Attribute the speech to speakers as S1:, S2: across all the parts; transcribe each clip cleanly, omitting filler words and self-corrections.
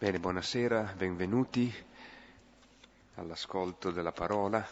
S1: Bene, buonasera, benvenuti all'ascolto della parola.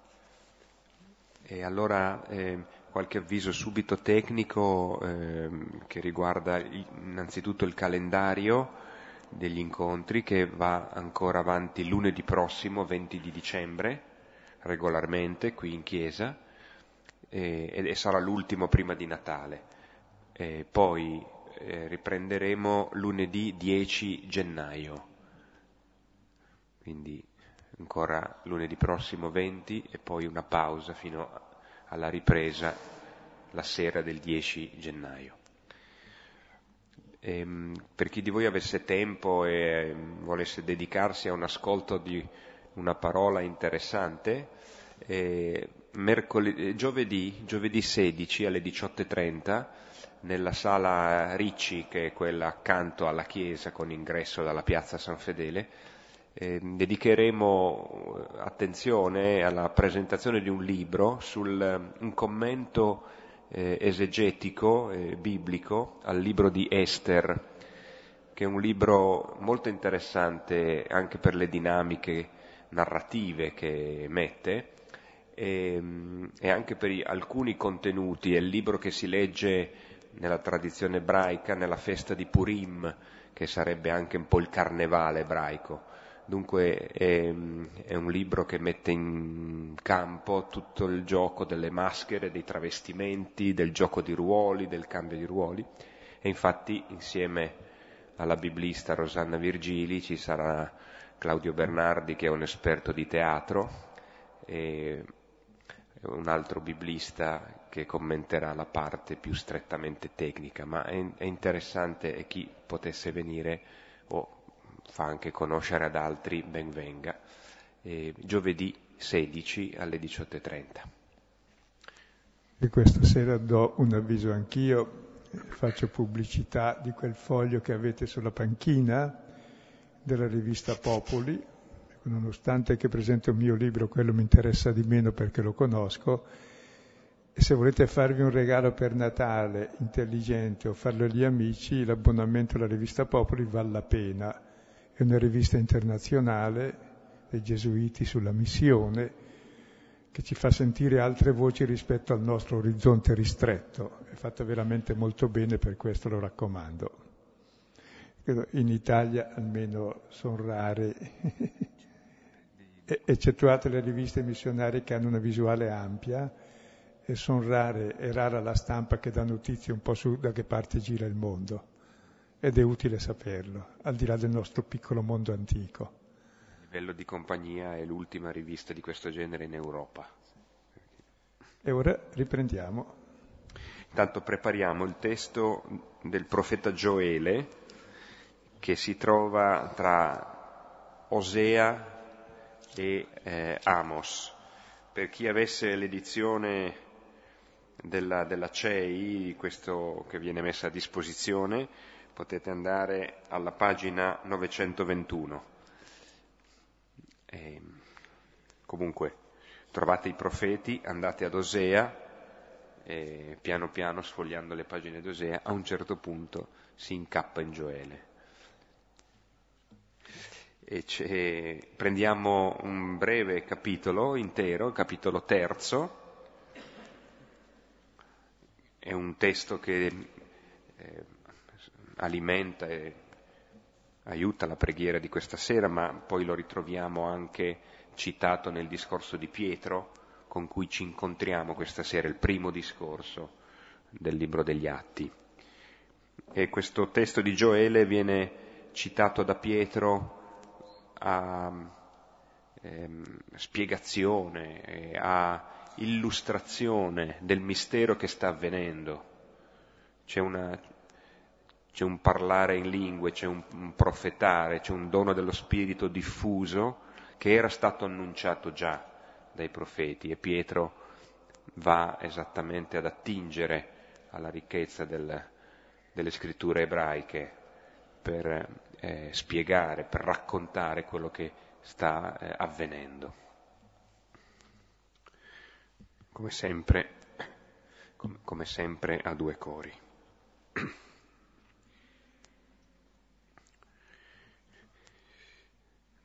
S1: E allora qualche avviso subito tecnico che riguarda innanzitutto il calendario degli incontri, che va ancora avanti lunedì prossimo, 20 di dicembre, regolarmente qui in chiesa, e sarà l'ultimo prima di Natale. Poi riprenderemo lunedì 10 gennaio, quindi ancora lunedì prossimo 20 e poi una pausa fino alla ripresa la sera del 10 gennaio. Per chi di voi avesse tempo e volesse dedicarsi a un ascolto di una parola interessante, giovedì 16 alle 18:30 nella sala Ricci, che è quella accanto alla chiesa con ingresso dalla piazza San Fedele, dedicheremo attenzione alla presentazione di un libro un commento esegetico, biblico, al libro di Ester, che è un libro molto interessante anche per le dinamiche narrative che mette e anche per alcuni contenuti. È il libro che si legge nella tradizione ebraica nella festa di Purim, che sarebbe anche un po' il carnevale ebraico. Dunque è un libro che mette in campo tutto il gioco delle maschere, dei travestimenti, del gioco di ruoli, del cambio di ruoli, e infatti insieme alla biblista Rosanna Virgili ci sarà Claudio Bernardi, che è un esperto di teatro, e un altro biblista che commenterà la parte più strettamente tecnica, ma è interessante, e chi potesse venire o fa anche conoscere ad altri, ben venga. Giovedì 16 alle 18:30.
S2: E questa sera do un avviso anch'io, faccio pubblicità di quel foglio che avete sulla panchina della rivista Popoli, nonostante che presento un mio libro, quello mi interessa di meno perché lo conosco, e se volete farvi un regalo per Natale intelligente o farlo agli amici, l'abbonamento alla rivista Popoli vale la pena. È una rivista internazionale dei gesuiti sulla missione, che ci fa sentire altre voci rispetto al nostro orizzonte ristretto. È fatta veramente molto bene, per questo lo raccomando. In Italia almeno sono rare, eccettuate le riviste missionarie che hanno una visuale ampia, e sono rare, è rara la stampa che dà notizie un po' su da che parte gira il mondo. Ed è utile saperlo, al di là del nostro piccolo mondo antico.
S1: A livello di compagnia è l'ultima rivista di questo genere in Europa.
S2: E ora riprendiamo.
S1: Intanto prepariamo il testo del profeta Gioele, che si trova tra Osea e Amos. Per chi avesse l'edizione della CEI, questo che viene messa a disposizione, potete andare alla pagina 921. Comunque trovate i profeti, andate ad Osea e piano piano, sfogliando le pagine di Osea, a un certo punto si incappa in Gioele. Prendiamo un breve capitolo intero, il capitolo 3. È un testo che alimenta e aiuta la preghiera di questa sera, ma poi lo ritroviamo anche citato nel discorso di Pietro, con cui ci incontriamo questa sera, il primo discorso del libro degli Atti. E questo testo di Gioele viene citato da Pietro a spiegazione, a illustrazione del mistero che sta avvenendo. C'è un parlare in lingue, c'è un profetare, c'è un dono dello Spirito diffuso che era stato annunciato già dai profeti, e Pietro va esattamente ad attingere alla ricchezza delle scritture ebraiche per spiegare, per raccontare quello che sta avvenendo. Come sempre a due cori.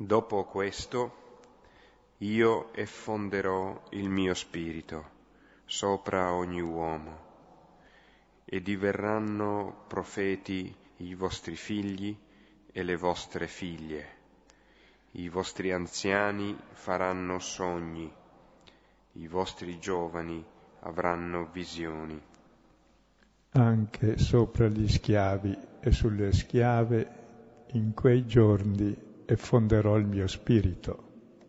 S1: Dopo questo io effonderò il mio spirito sopra ogni uomo, e diverranno profeti i vostri figli e le vostre figlie. I vostri anziani faranno sogni, i vostri giovani avranno visioni.
S2: Anche sopra gli schiavi e sulle schiave in quei giorni effonderò il mio spirito.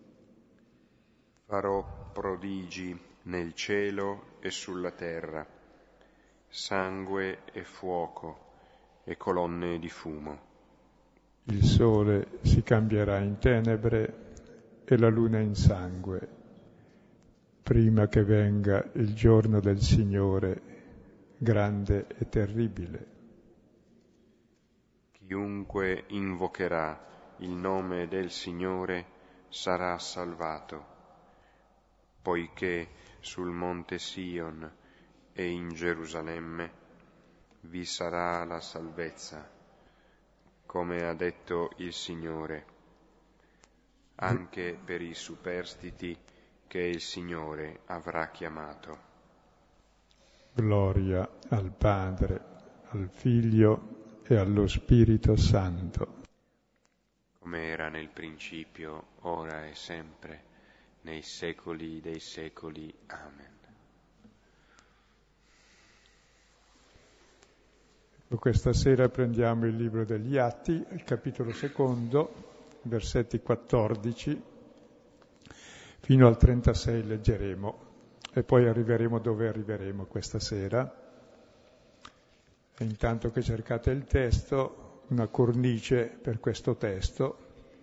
S1: Farò prodigi nel cielo e sulla terra, sangue e fuoco e colonne di fumo.
S2: Il sole si cambierà in tenebre e la luna in sangue, prima che venga il giorno del Signore, grande e terribile.
S1: Chiunque invocherà il nome del Signore sarà salvato, poiché sul monte Sion e in Gerusalemme vi sarà la salvezza, come ha detto il Signore, anche per i superstiti che il Signore avrà chiamato.
S2: Gloria al Padre, al Figlio e allo Spirito Santo.
S1: Come era nel principio, ora e sempre, nei secoli dei secoli. Amen.
S2: Questa sera prendiamo il libro degli Atti, il capitolo 2, versetti 14, fino al 36 leggeremo, e poi arriveremo dove arriveremo questa sera. E intanto che cercate il testo, una cornice per questo testo,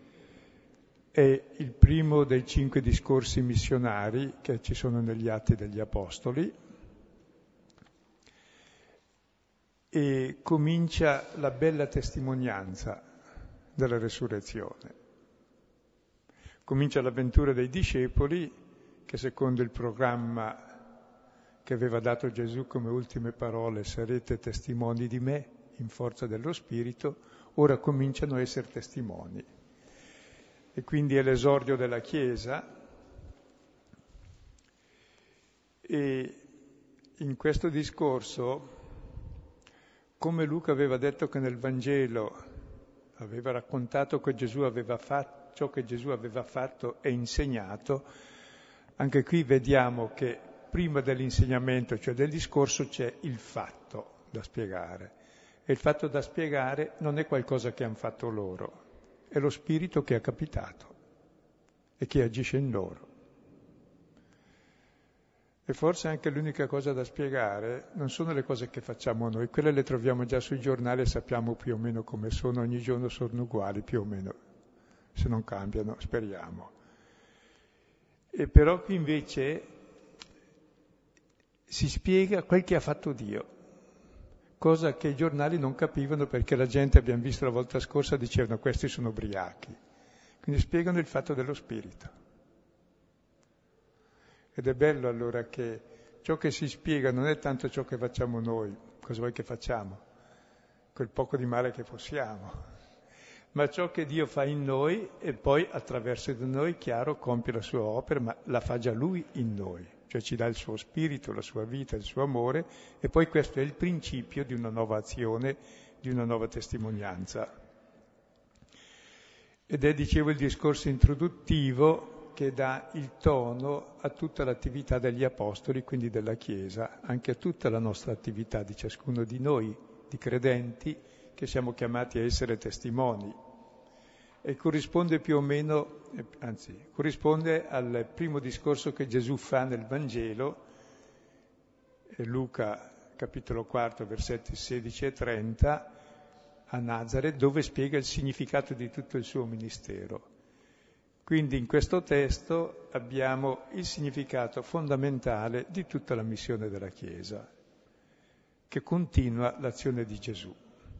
S2: è il primo dei 5 discorsi missionari che ci sono negli Atti degli Apostoli, e comincia la bella testimonianza della resurrezione. Comincia l'avventura dei discepoli che, secondo il programma che aveva dato Gesù come ultime parole, sarete testimoni di me in forza dello Spirito, ora cominciano a essere testimoni. E quindi è l'esordio della Chiesa, e in questo discorso, come Luca aveva detto che nel Vangelo aveva raccontato che Gesù aveva fatto, ciò che Gesù aveva fatto e insegnato, anche qui vediamo che prima dell'insegnamento, cioè del discorso, c'è il fatto da spiegare. E il fatto da spiegare non è qualcosa che hanno fatto loro, è lo Spirito che ha capitato e che agisce in loro. E forse anche l'unica cosa da spiegare non sono le cose che facciamo noi, quelle le troviamo già sui giornali e sappiamo più o meno come sono, ogni giorno sono uguali più o meno, se non cambiano, speriamo. E però qui invece si spiega quel che ha fatto Dio, cosa che i giornali non capivano perché la gente, abbiamo visto la volta scorsa, dicevano questi sono ubriachi. Quindi spiegano il fatto dello Spirito. Ed è bello allora che ciò che si spiega non è tanto ciò che facciamo noi, cosa vuoi che facciamo, quel poco di male che possiamo, ma ciò che Dio fa in noi e poi attraverso di noi, chiaro, compie la sua opera, ma la fa già Lui in noi, cioè ci dà il suo spirito, la sua vita, il suo amore, e poi questo è il principio di una nuova azione, di una nuova testimonianza. Ed è, dicevo, il discorso introduttivo che dà il tono a tutta l'attività degli Apostoli, quindi della Chiesa, anche a tutta la nostra attività di ciascuno di noi, di credenti, che siamo chiamati a essere testimoni. E corrisponde più o meno, corrisponde al primo discorso che Gesù fa nel Vangelo, Luca capitolo 4, versetti 16 e 30, a Nazareth, dove spiega il significato di tutto il suo ministero. Quindi in questo testo abbiamo il significato fondamentale di tutta la missione della Chiesa, che continua l'azione di Gesù.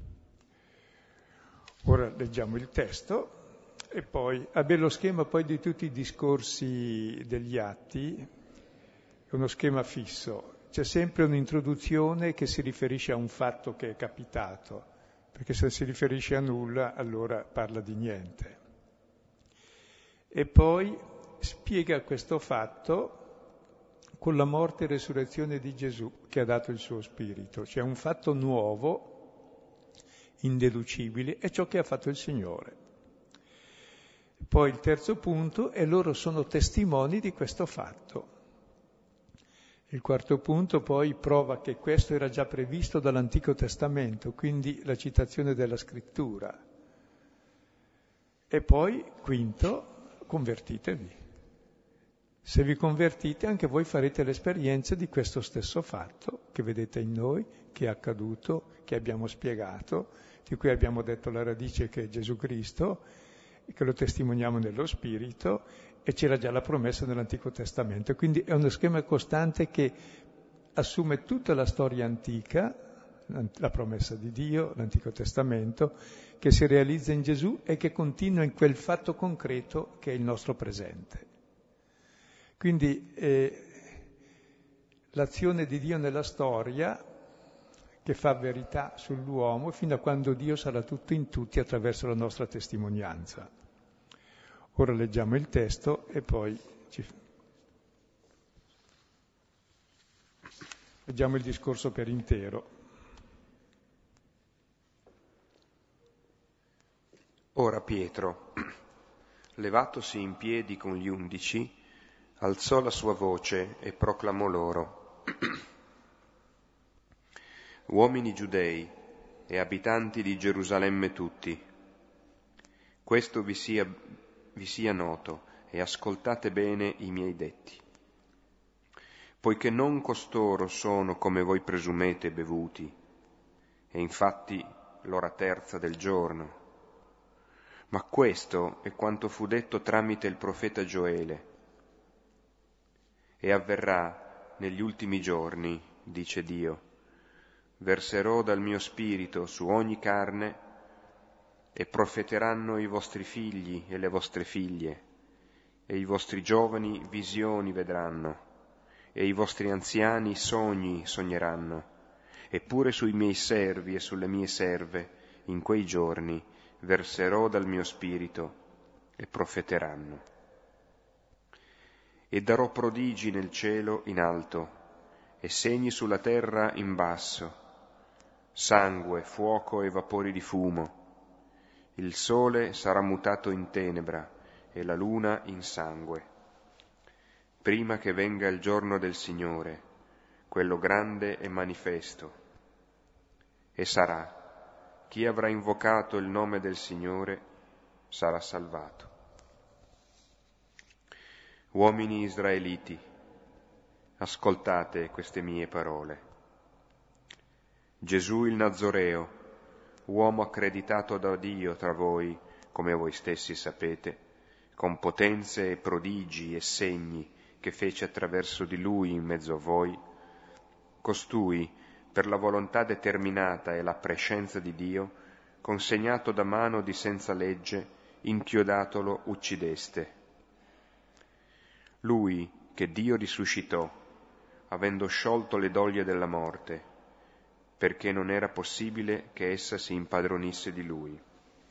S2: Ora leggiamo il testo e poi, lo schema poi di tutti i discorsi degli Atti è uno schema fisso. C'è sempre un'introduzione che si riferisce a un fatto che è capitato, perché se si riferisce a nulla allora parla di niente. E poi spiega questo fatto con la morte e resurrezione di Gesù che ha dato il suo spirito, cioè un fatto nuovo, indeducibile, è ciò che ha fatto il Signore. Poi il terzo punto è loro sono testimoni di questo fatto. Il quarto punto poi prova che questo era già previsto dall'Antico Testamento, quindi la citazione della Scrittura. E poi, quinto, convertitevi. Se vi convertite anche voi farete l'esperienza di questo stesso fatto che vedete in noi, che è accaduto, che abbiamo spiegato, di cui abbiamo detto la radice che è Gesù Cristo, che lo testimoniamo nello Spirito, e c'era già la promessa nell'Antico Testamento. Quindi è uno schema costante che assume tutta la storia antica, la promessa di Dio, l'Antico Testamento, che si realizza in Gesù e che continua in quel fatto concreto che è il nostro presente. Quindi l'azione di Dio nella storia che fa verità sull'uomo fino a quando Dio sarà tutto in tutti attraverso la nostra testimonianza. Ora leggiamo il testo e poi leggiamo il discorso per intero.
S1: Ora Pietro, levatosi in piedi con gli 11, alzò la sua voce e proclamò loro: Uomini giudei e abitanti di Gerusalemme tutti, questo vi sia noto e ascoltate bene i miei detti. Poiché non costoro sono come voi presumete bevuti, e infatti l'ora terza del giorno, ma questo è quanto fu detto tramite il profeta Gioele. E avverrà negli ultimi giorni, dice Dio, verserò dal mio spirito su ogni carne e profeteranno i vostri figli e le vostre figlie, e i vostri giovani visioni vedranno, e i vostri anziani sogni sogneranno, eppure sui miei servi e sulle mie serve in quei giorni verserò dal mio spirito e profeteranno. E darò prodigi nel cielo in alto e segni sulla terra in basso, sangue, fuoco e vapori di fumo. Il sole sarà mutato in tenebra e la luna in sangue, prima che venga il giorno del Signore, quello grande e manifesto. E sarà: chi avrà invocato il nome del Signore sarà salvato. Uomini israeliti, ascoltate queste mie parole. Gesù il Nazoreo, uomo accreditato da Dio tra voi, come voi stessi sapete, con potenze e prodigi e segni che fece attraverso di lui in mezzo a voi, costui, per la volontà determinata e la prescenza di Dio, consegnato da mano di senza legge, inchiodatolo uccideste. Lui che Dio risuscitò, avendo sciolto le doglie della morte, perché non era possibile che essa si impadronisse di lui.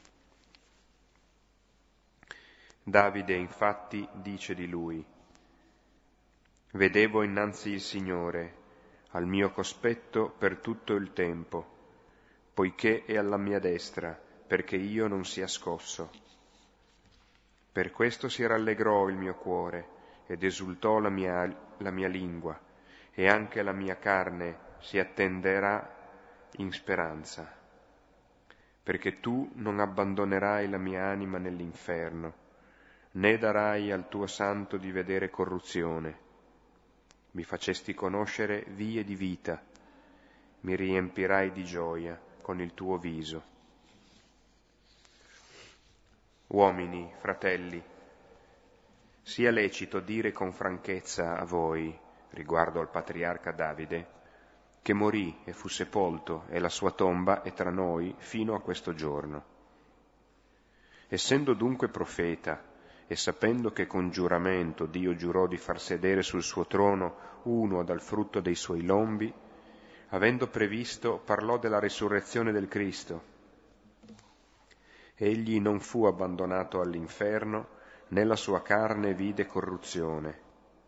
S1: Davide infatti dice di lui: vedevo innanzi il Signore, al mio cospetto per tutto il tempo, poiché è alla mia destra, perché io non sia scosso. Per questo si rallegrò il mio cuore ed esultò la mia lingua, e anche la mia carne si attenderà in speranza, perché tu non abbandonerai la mia anima nell'inferno, né darai al tuo santo di vedere corruzione. Mi facesti conoscere vie di vita, mi riempirai di gioia con il tuo viso. Uomini, fratelli, sia lecito dire con franchezza a voi, riguardo al patriarca Davide, che morì e fu sepolto e la sua tomba è tra noi fino a questo giorno. Essendo dunque profeta e sapendo che con giuramento Dio giurò di far sedere sul suo trono uno dal frutto dei suoi lombi, avendo previsto parlò della risurrezione del Cristo. Egli non fu abbandonato all'inferno, nella sua carne vide corruzione.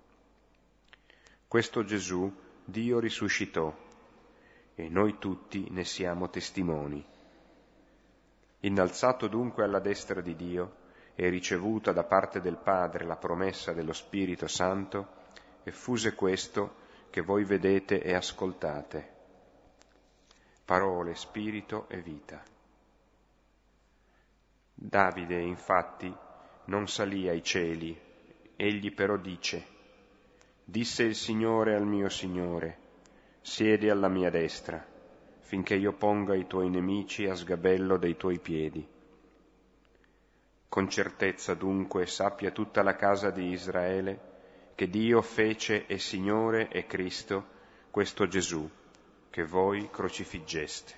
S1: Questo Gesù Dio risuscitò, e noi tutti ne siamo testimoni. Innalzato dunque alla destra di Dio e ricevuta da parte del Padre la promessa dello Spirito Santo, effuse questo che voi vedete e ascoltate. Parole, spirito e vita. Davide, infatti, non salì ai cieli, egli però disse il Signore al mio Signore, siedi alla mia destra, finché io ponga i tuoi nemici a sgabello dei tuoi piedi. Con certezza dunque sappia tutta la casa di Israele che Dio fece e Signore e Cristo questo Gesù, che voi crocifiggeste.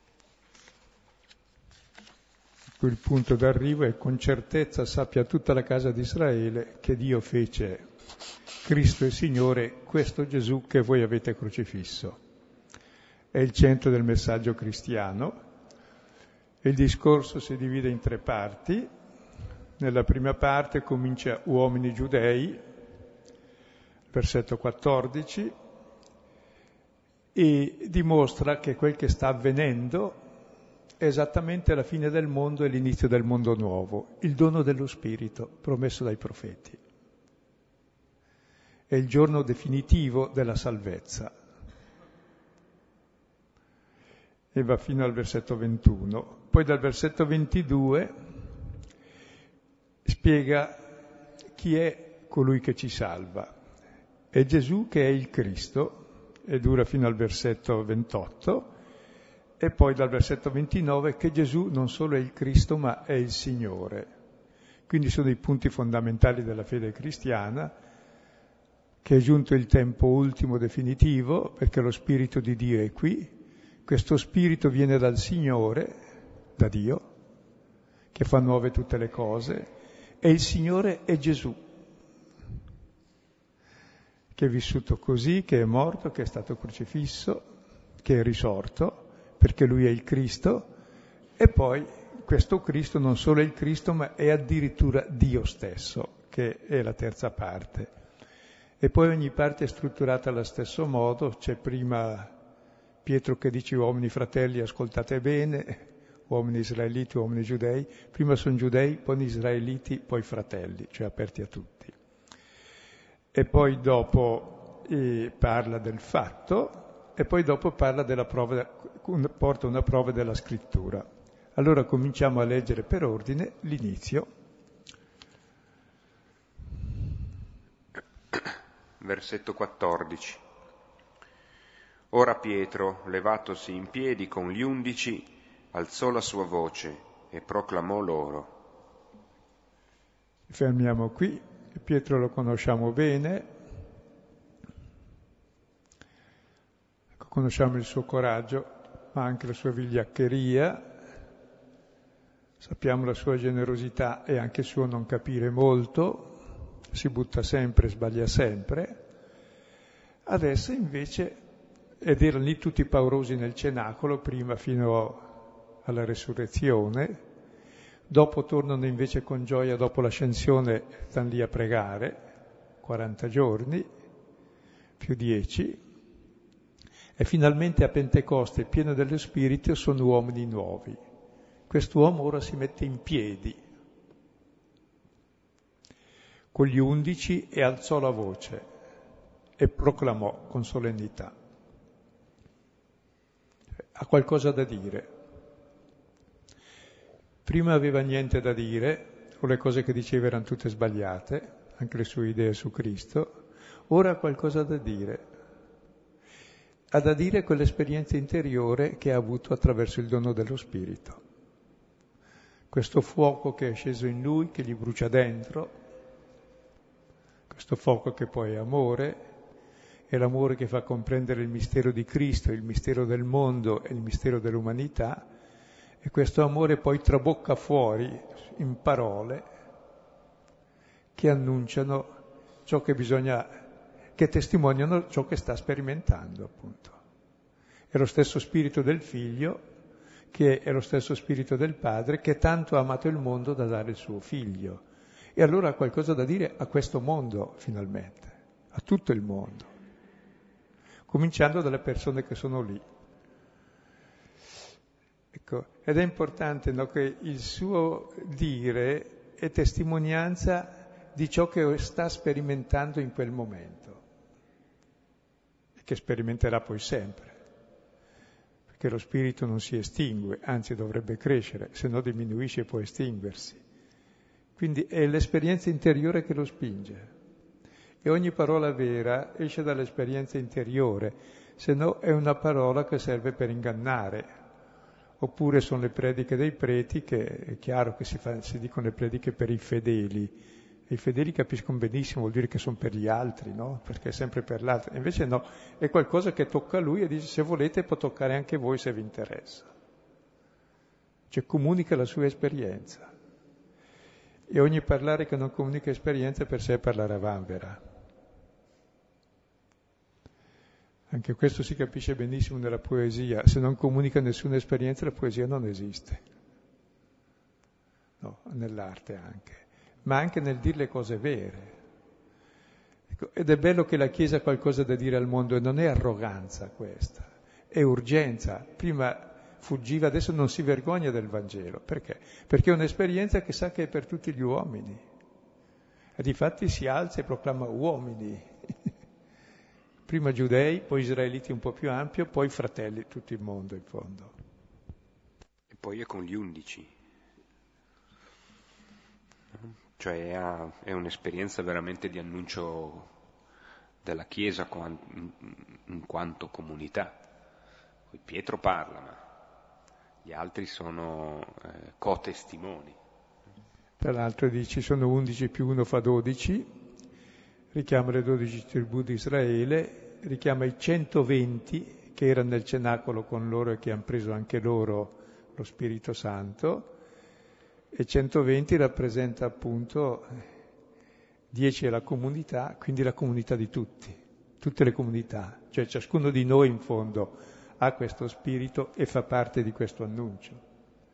S2: Il punto d'arrivo è: con certezza sappia tutta la casa di Israele che Dio fece Cristo e Signore questo Gesù che voi avete crocifisso. È il centro del messaggio cristiano. Il discorso si divide in 3 parti. Nella prima parte comincia uomini giudei, versetto 14, e dimostra che quel che sta avvenendo è esattamente la fine del mondo e l'inizio del mondo nuovo, il dono dello Spirito promesso dai profeti. È il giorno definitivo della salvezza. E va fino al versetto 21. Poi dal versetto 22 spiega chi è colui che ci salva. È Gesù che è il Cristo, e dura fino al versetto 28, e poi dal versetto 29 che Gesù non solo è il Cristo ma è il Signore. Quindi sono i punti fondamentali della fede cristiana, che è giunto il tempo ultimo definitivo, perché lo Spirito di Dio è qui. Questo Spirito viene dal Signore, da Dio, che fa nuove tutte le cose, e il Signore è Gesù, che è vissuto così, che è morto, che è stato crocifisso, che è risorto, perché Lui è il Cristo, e poi questo Cristo non solo è il Cristo, ma è addirittura Dio stesso, che è la terza parte. E poi ogni parte è strutturata allo stesso modo. C'è prima Pietro che dice: uomini fratelli, ascoltate bene, uomini israeliti, uomini giudei. Prima sono giudei, poi israeliti, poi fratelli, cioè aperti a tutti. E poi dopo parla del fatto, e poi dopo parla della prova, porta una prova della scrittura. Allora cominciamo a leggere per ordine l'inizio.
S1: Versetto 14. Ora Pietro, levatosi in piedi con gli 11, alzò la sua voce e proclamò loro.
S2: Fermiamo qui. Pietro lo conosciamo bene, conosciamo il suo coraggio, ma anche la sua vigliaccheria, sappiamo la sua generosità e anche il suo non capire molto, si butta sempre, sbaglia sempre. Adesso invece, ed erano lì tutti paurosi nel cenacolo, prima fino alla resurrezione, dopo tornano invece con gioia, dopo l'ascensione stanno lì a pregare, 40 giorni, più 10, e finalmente a Pentecoste, pieno dello Spirito, sono uomini nuovi. Quest'uomo ora si mette in piedi con gli 11 e alzò la voce e proclamò con solennità. Ha qualcosa da dire. Prima aveva niente da dire, o le cose che diceva erano tutte sbagliate, anche le sue idee su Cristo. Ora ha qualcosa da dire. Ha da dire quell'esperienza interiore che ha avuto attraverso il dono dello Spirito. Questo fuoco che è sceso in lui, che gli brucia dentro, questo fuoco che poi è amore, è l'amore che fa comprendere il mistero di Cristo, il mistero del mondo e il mistero dell'umanità, e questo amore poi trabocca fuori in parole che annunciano ciò che bisogna, che testimoniano ciò che sta sperimentando, appunto. È lo stesso spirito del Figlio, che è lo stesso spirito del Padre, che tanto ha amato il mondo da dare il suo Figlio. E allora ha qualcosa da dire a questo mondo, finalmente, a tutto il mondo, cominciando dalle persone che sono lì. Ecco, ed è importante, no, che il suo dire è testimonianza di ciò che sta sperimentando in quel momento e che sperimenterà poi sempre, perché lo spirito non si estingue, anzi dovrebbe crescere, se no diminuisce e può estinguersi. Quindi è l'esperienza interiore che lo spinge e ogni parola vera esce dall'esperienza interiore, se no è una parola che serve per ingannare. Oppure sono le prediche dei preti, che è chiaro che si dicono le prediche per i fedeli. E i fedeli capiscono benissimo, vuol dire che sono per gli altri, no? Perché è sempre per l'altro. Invece no, è qualcosa che tocca a lui e dice se volete può toccare anche voi se vi interessa. Cioè comunica la sua esperienza. E ogni parlare che non comunica esperienza per sé è parlare a vanvera. Anche questo si capisce benissimo nella poesia. Se non comunica nessuna esperienza, la poesia non esiste. No, nell'arte anche. Ma anche nel dire le cose vere. Ecco, ed è bello che la Chiesa ha qualcosa da dire al mondo, e non è arroganza questa, è urgenza. Prima fuggiva, adesso non si vergogna del Vangelo. Perché? Perché è un'esperienza che sa che è per tutti gli uomini. E difatti si alza e proclama uomini. Prima giudei, poi israeliti un po' più ampio, poi fratelli, tutto il mondo in fondo.
S1: E poi è con gli 11. Cioè è un'esperienza veramente di annuncio della Chiesa in quanto comunità. Poi Pietro parla, ma gli altri sono co-testimoni.
S2: Tra l'altro dice sono 11 più 1 fa 12, richiama le 12 tribù di Israele, richiama i 120 che erano nel cenacolo con loro e che hanno preso anche loro lo Spirito Santo, e 120 rappresenta appunto 10 è la comunità, quindi la comunità di tutti, tutte le comunità, cioè ciascuno di noi in fondo ha questo spirito e fa parte di questo annuncio.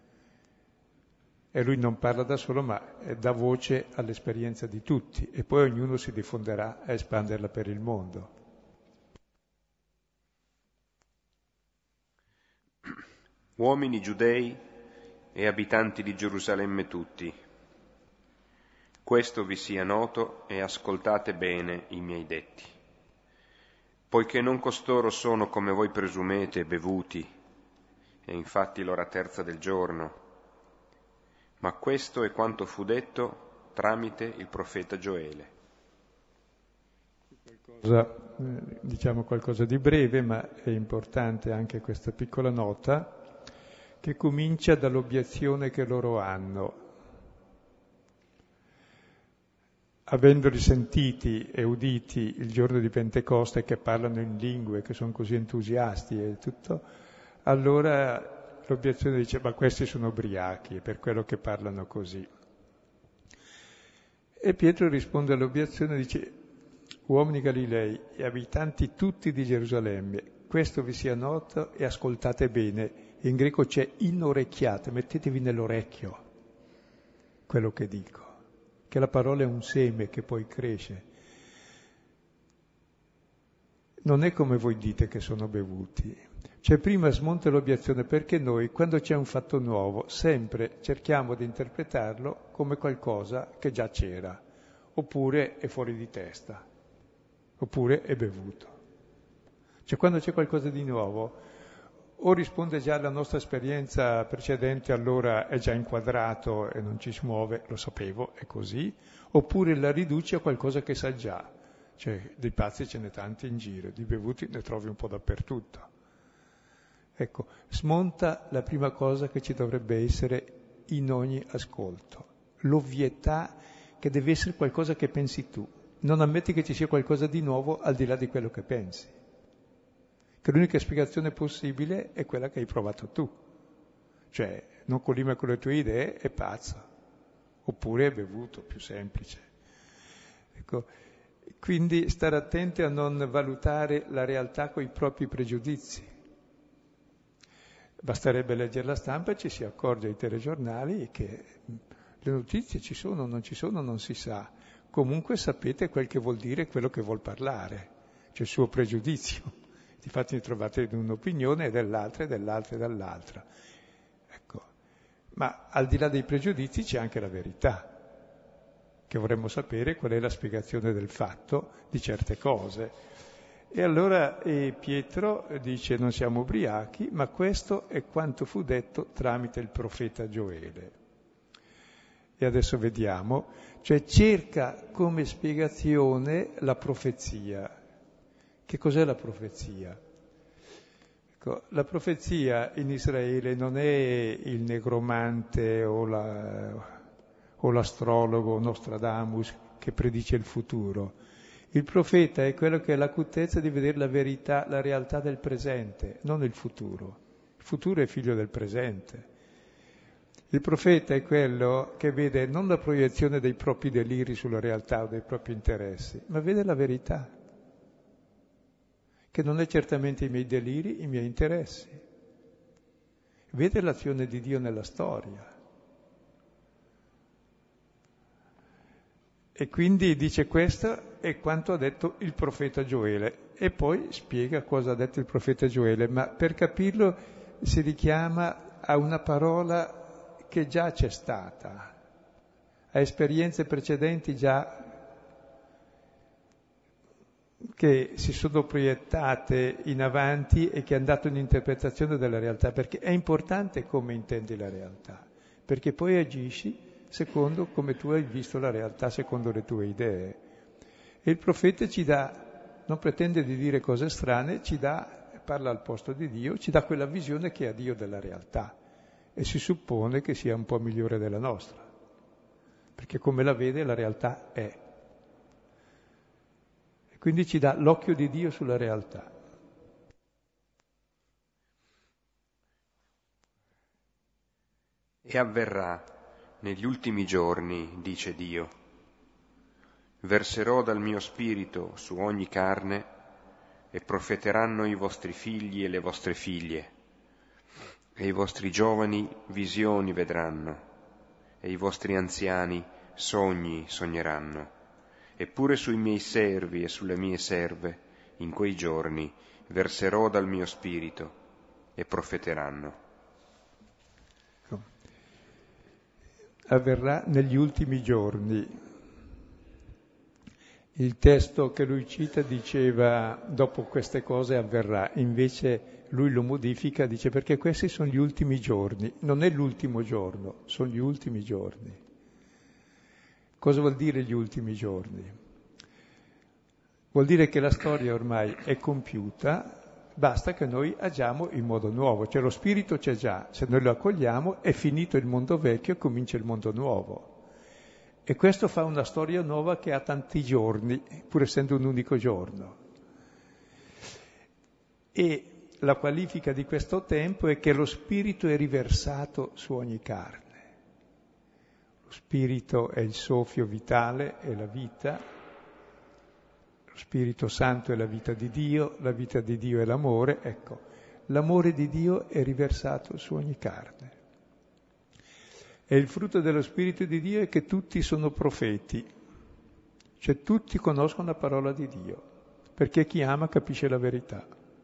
S2: E lui non parla da solo, ma dà voce all'esperienza di tutti e poi ognuno si diffonderà a espanderla per il mondo.
S1: Uomini giudei e abitanti di Gerusalemme tutti, questo vi sia noto e ascoltate bene i miei detti. Poiché non costoro sono come voi presumete bevuti, e infatti l'ora terza del giorno, ma questo è quanto fu detto tramite il profeta Gioele.
S2: Diciamo qualcosa di breve, ma è importante anche questa piccola nota, che comincia dall'obiezione che loro hanno. Avendoli sentiti e uditi il giorno di Pentecoste, che parlano in lingue, che sono così entusiasti e tutto, allora l'obiezione dice, ma questi sono ubriachi, è per quello che parlano così. E Pietro risponde all'obiezione e dice, uomini Galilei e abitanti tutti di Gerusalemme, questo vi sia noto e ascoltate bene. In greco c'è inorecchiate, mettetevi nell'orecchio quello che dico, che la parola è un seme che poi cresce. Non è come voi dite che sono bevuti. Cioè prima smonta l'obiezione, perché noi quando c'è un fatto nuovo sempre cerchiamo di interpretarlo come qualcosa che già c'era, oppure è fuori di testa, oppure è bevuto. Cioè quando c'è qualcosa di nuovo o risponde già alla nostra esperienza precedente, allora è già inquadrato e non ci si muove, lo sapevo, è così, oppure la riduce a qualcosa che sa già. Cioè dei pazzi ce n'è tanti in giro, di bevuti ne trovi un po' dappertutto. Ecco, smonta la prima cosa che ci dovrebbe essere in ogni ascolto, l'ovvietà che deve essere qualcosa che pensi tu. Non ammetti che ci sia qualcosa di nuovo al di là di quello che pensi. Che l'unica spiegazione possibile è quella che hai provato tu. Cioè, non collima con le tue idee, è pazzo. Oppure è bevuto, più semplice. Ecco, quindi stare attenti a non valutare la realtà con i propri pregiudizi. Basterebbe leggere la stampa e ci si accorge ai telegiornali che Le notizie ci sono, non si sa. Comunque sapete quel che vuol dire quello che vuol parlare, cioè il suo pregiudizio. Difatti ne trovate un'opinione e dell'altra, e dell'altra, e dall'altra. Ecco. Ma al di là dei pregiudizi c'è anche la verità, che vorremmo sapere qual è la spiegazione del fatto di certe cose. E allora Pietro dice: non siamo ubriachi, ma questo è quanto fu detto tramite il profeta Gioele. E adesso vediamo, cioè cerca come spiegazione la profezia. Che cos'è la profezia? Ecco, la profezia in Israele non è il negromante o l'astrologo Nostradamus che predice il futuro. Il profeta è quello che ha l'acutezza di vedere la verità, la realtà del presente, non il futuro. Il futuro è figlio del presente. Il profeta è quello che vede non la proiezione dei propri deliri sulla realtà o dei propri interessi, ma vede la verità, che non è certamente i miei deliri, i miei interessi. Vede l'azione di Dio nella storia. E quindi dice: questo è quanto ha detto il profeta Gioele. E poi spiega cosa ha detto il profeta Gioele, ma per capirlo si richiama a una parola che già c'è stata, a esperienze precedenti già che si sono proiettate in avanti e che hanno dato un'interpretazione della realtà, perché è importante come intendi la realtà, perché poi agisci secondo come tu hai visto la realtà, secondo le tue idee. E il profeta ci dà, non pretende di dire cose strane, ci dà, parla al posto di Dio, ci dà quella visione che ha Dio della realtà. E si suppone che sia un po' migliore della nostra, perché come la vede la realtà è. E quindi ci dà l'occhio di Dio sulla realtà.
S1: E avverrà negli ultimi giorni, dice Dio, verserò dal mio spirito su ogni carne e profeteranno i vostri figli e le vostre figlie. E i vostri giovani visioni vedranno, e i vostri anziani sogni sogneranno. Eppure sui miei servi e sulle mie serve, in quei giorni, verserò dal mio spirito e profeteranno.
S2: Avverrà negli ultimi giorni. Il testo che lui cita diceva: dopo queste cose avverrà, invece lui lo modifica, dice: perché questi sono gli ultimi giorni, non è l'ultimo giorno, sono gli ultimi giorni. Cosa vuol dire gli ultimi giorni? Vuol dire che la storia ormai è compiuta, basta che noi agiamo in modo nuovo, cioè lo spirito c'è già, se noi lo accogliamo è finito il mondo vecchio e comincia il mondo nuovo. E questo fa una storia nuova che ha tanti giorni, pur essendo un unico giorno. E la qualifica di questo tempo è che lo spirito è riversato su ogni carne. Lo spirito è il soffio vitale, è la vita. Lo Spirito Santo è la vita di Dio è l'amore. Ecco, l'amore di Dio è riversato su ogni carne. E il frutto dello Spirito di Dio è che tutti sono profeti, cioè tutti conoscono la parola di Dio, perché chi ama capisce la verità.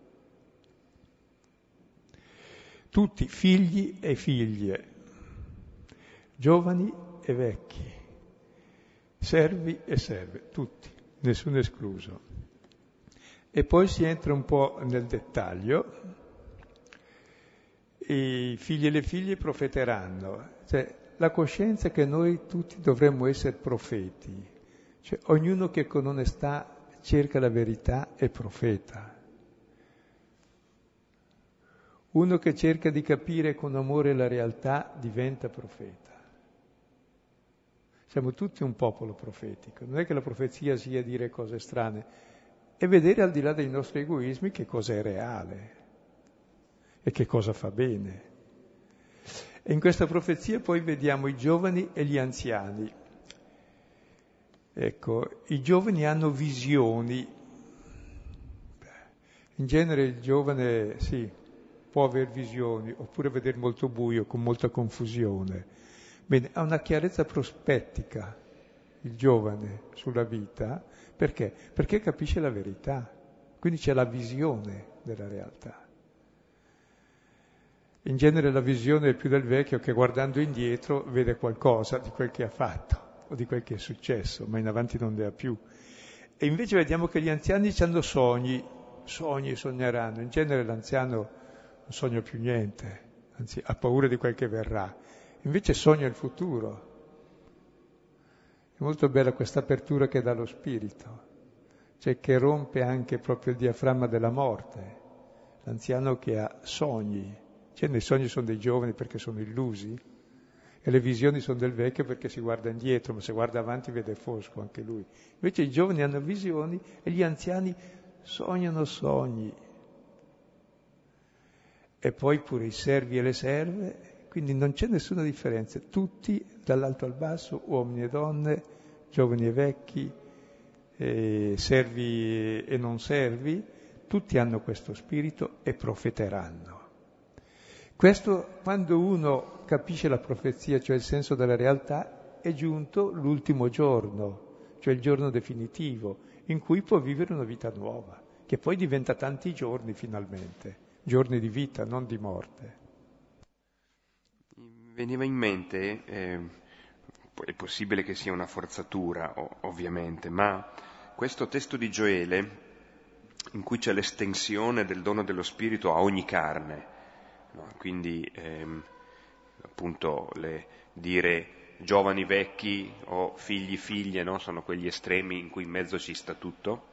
S2: Tutti, figli e figlie, giovani e vecchi, servi e serve, tutti, nessuno escluso. E poi si entra un po' nel dettaglio. I figli e le figlie profeteranno, cioè la coscienza che noi tutti dovremmo essere profeti, cioè ognuno che con onestà cerca la verità è profeta. Uno che cerca di capire con amore la realtà diventa profeta. Siamo tutti un popolo profetico, non è che la profezia sia dire cose strane, è vedere al di là dei nostri egoismi che cosa è reale e che cosa fa bene. E in questa profezia poi vediamo i giovani e gli anziani. Ecco, i giovani hanno visioni. In genere il giovane, sì, può aver visioni, oppure vedere molto buio, con molta confusione. Bene, ha una chiarezza prospettica il giovane sulla vita, perché? Perché capisce la verità, quindi c'è la visione della realtà. In genere la visione è più del vecchio che guardando indietro vede qualcosa di quel che ha fatto o di quel che è successo, ma in avanti non ne ha più. E invece vediamo che gli anziani hanno sogni sogneranno. In genere l'anziano non sogna più niente, anzi ha paura di quel che verrà. Invece sogna il futuro. È molto bella questa apertura che dà lo spirito, cioè che rompe anche proprio il diaframma della morte. L'anziano che ha sogni, cioè i sogni sono dei giovani perché sono illusi e le visioni sono del vecchio perché si guarda indietro, ma se guarda avanti vede fosco anche lui. Invece i giovani hanno visioni e gli anziani sognano sogni. E poi pure i servi e le serve. Quindi non c'è nessuna differenza, tutti dall'alto al basso, uomini e donne, giovani e vecchi, servi e non servi, tutti hanno questo spirito e profeteranno. Questo, quando uno capisce la profezia, cioè il senso della realtà, è giunto l'ultimo giorno, cioè il giorno definitivo, in cui può vivere una vita nuova, che poi diventa tanti giorni finalmente, giorni di vita, non di morte.
S1: Veniva in mente, è possibile che sia una forzatura, ovviamente, ma questo testo di Gioele, in cui c'è l'estensione del dono dello Spirito a ogni carne, no? Quindi appunto dire giovani, vecchi o figli, figlie, no? Sono quegli estremi in cui in mezzo ci sta tutto.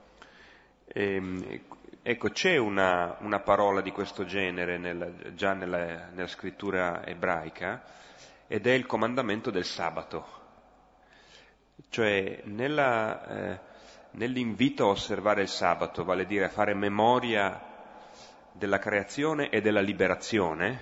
S1: Ecco, c'è una parola di questo genere già nella scrittura ebraica, ed è il comandamento del sabato, cioè nell'invito a osservare il sabato, vale a dire a fare memoria della creazione e della liberazione,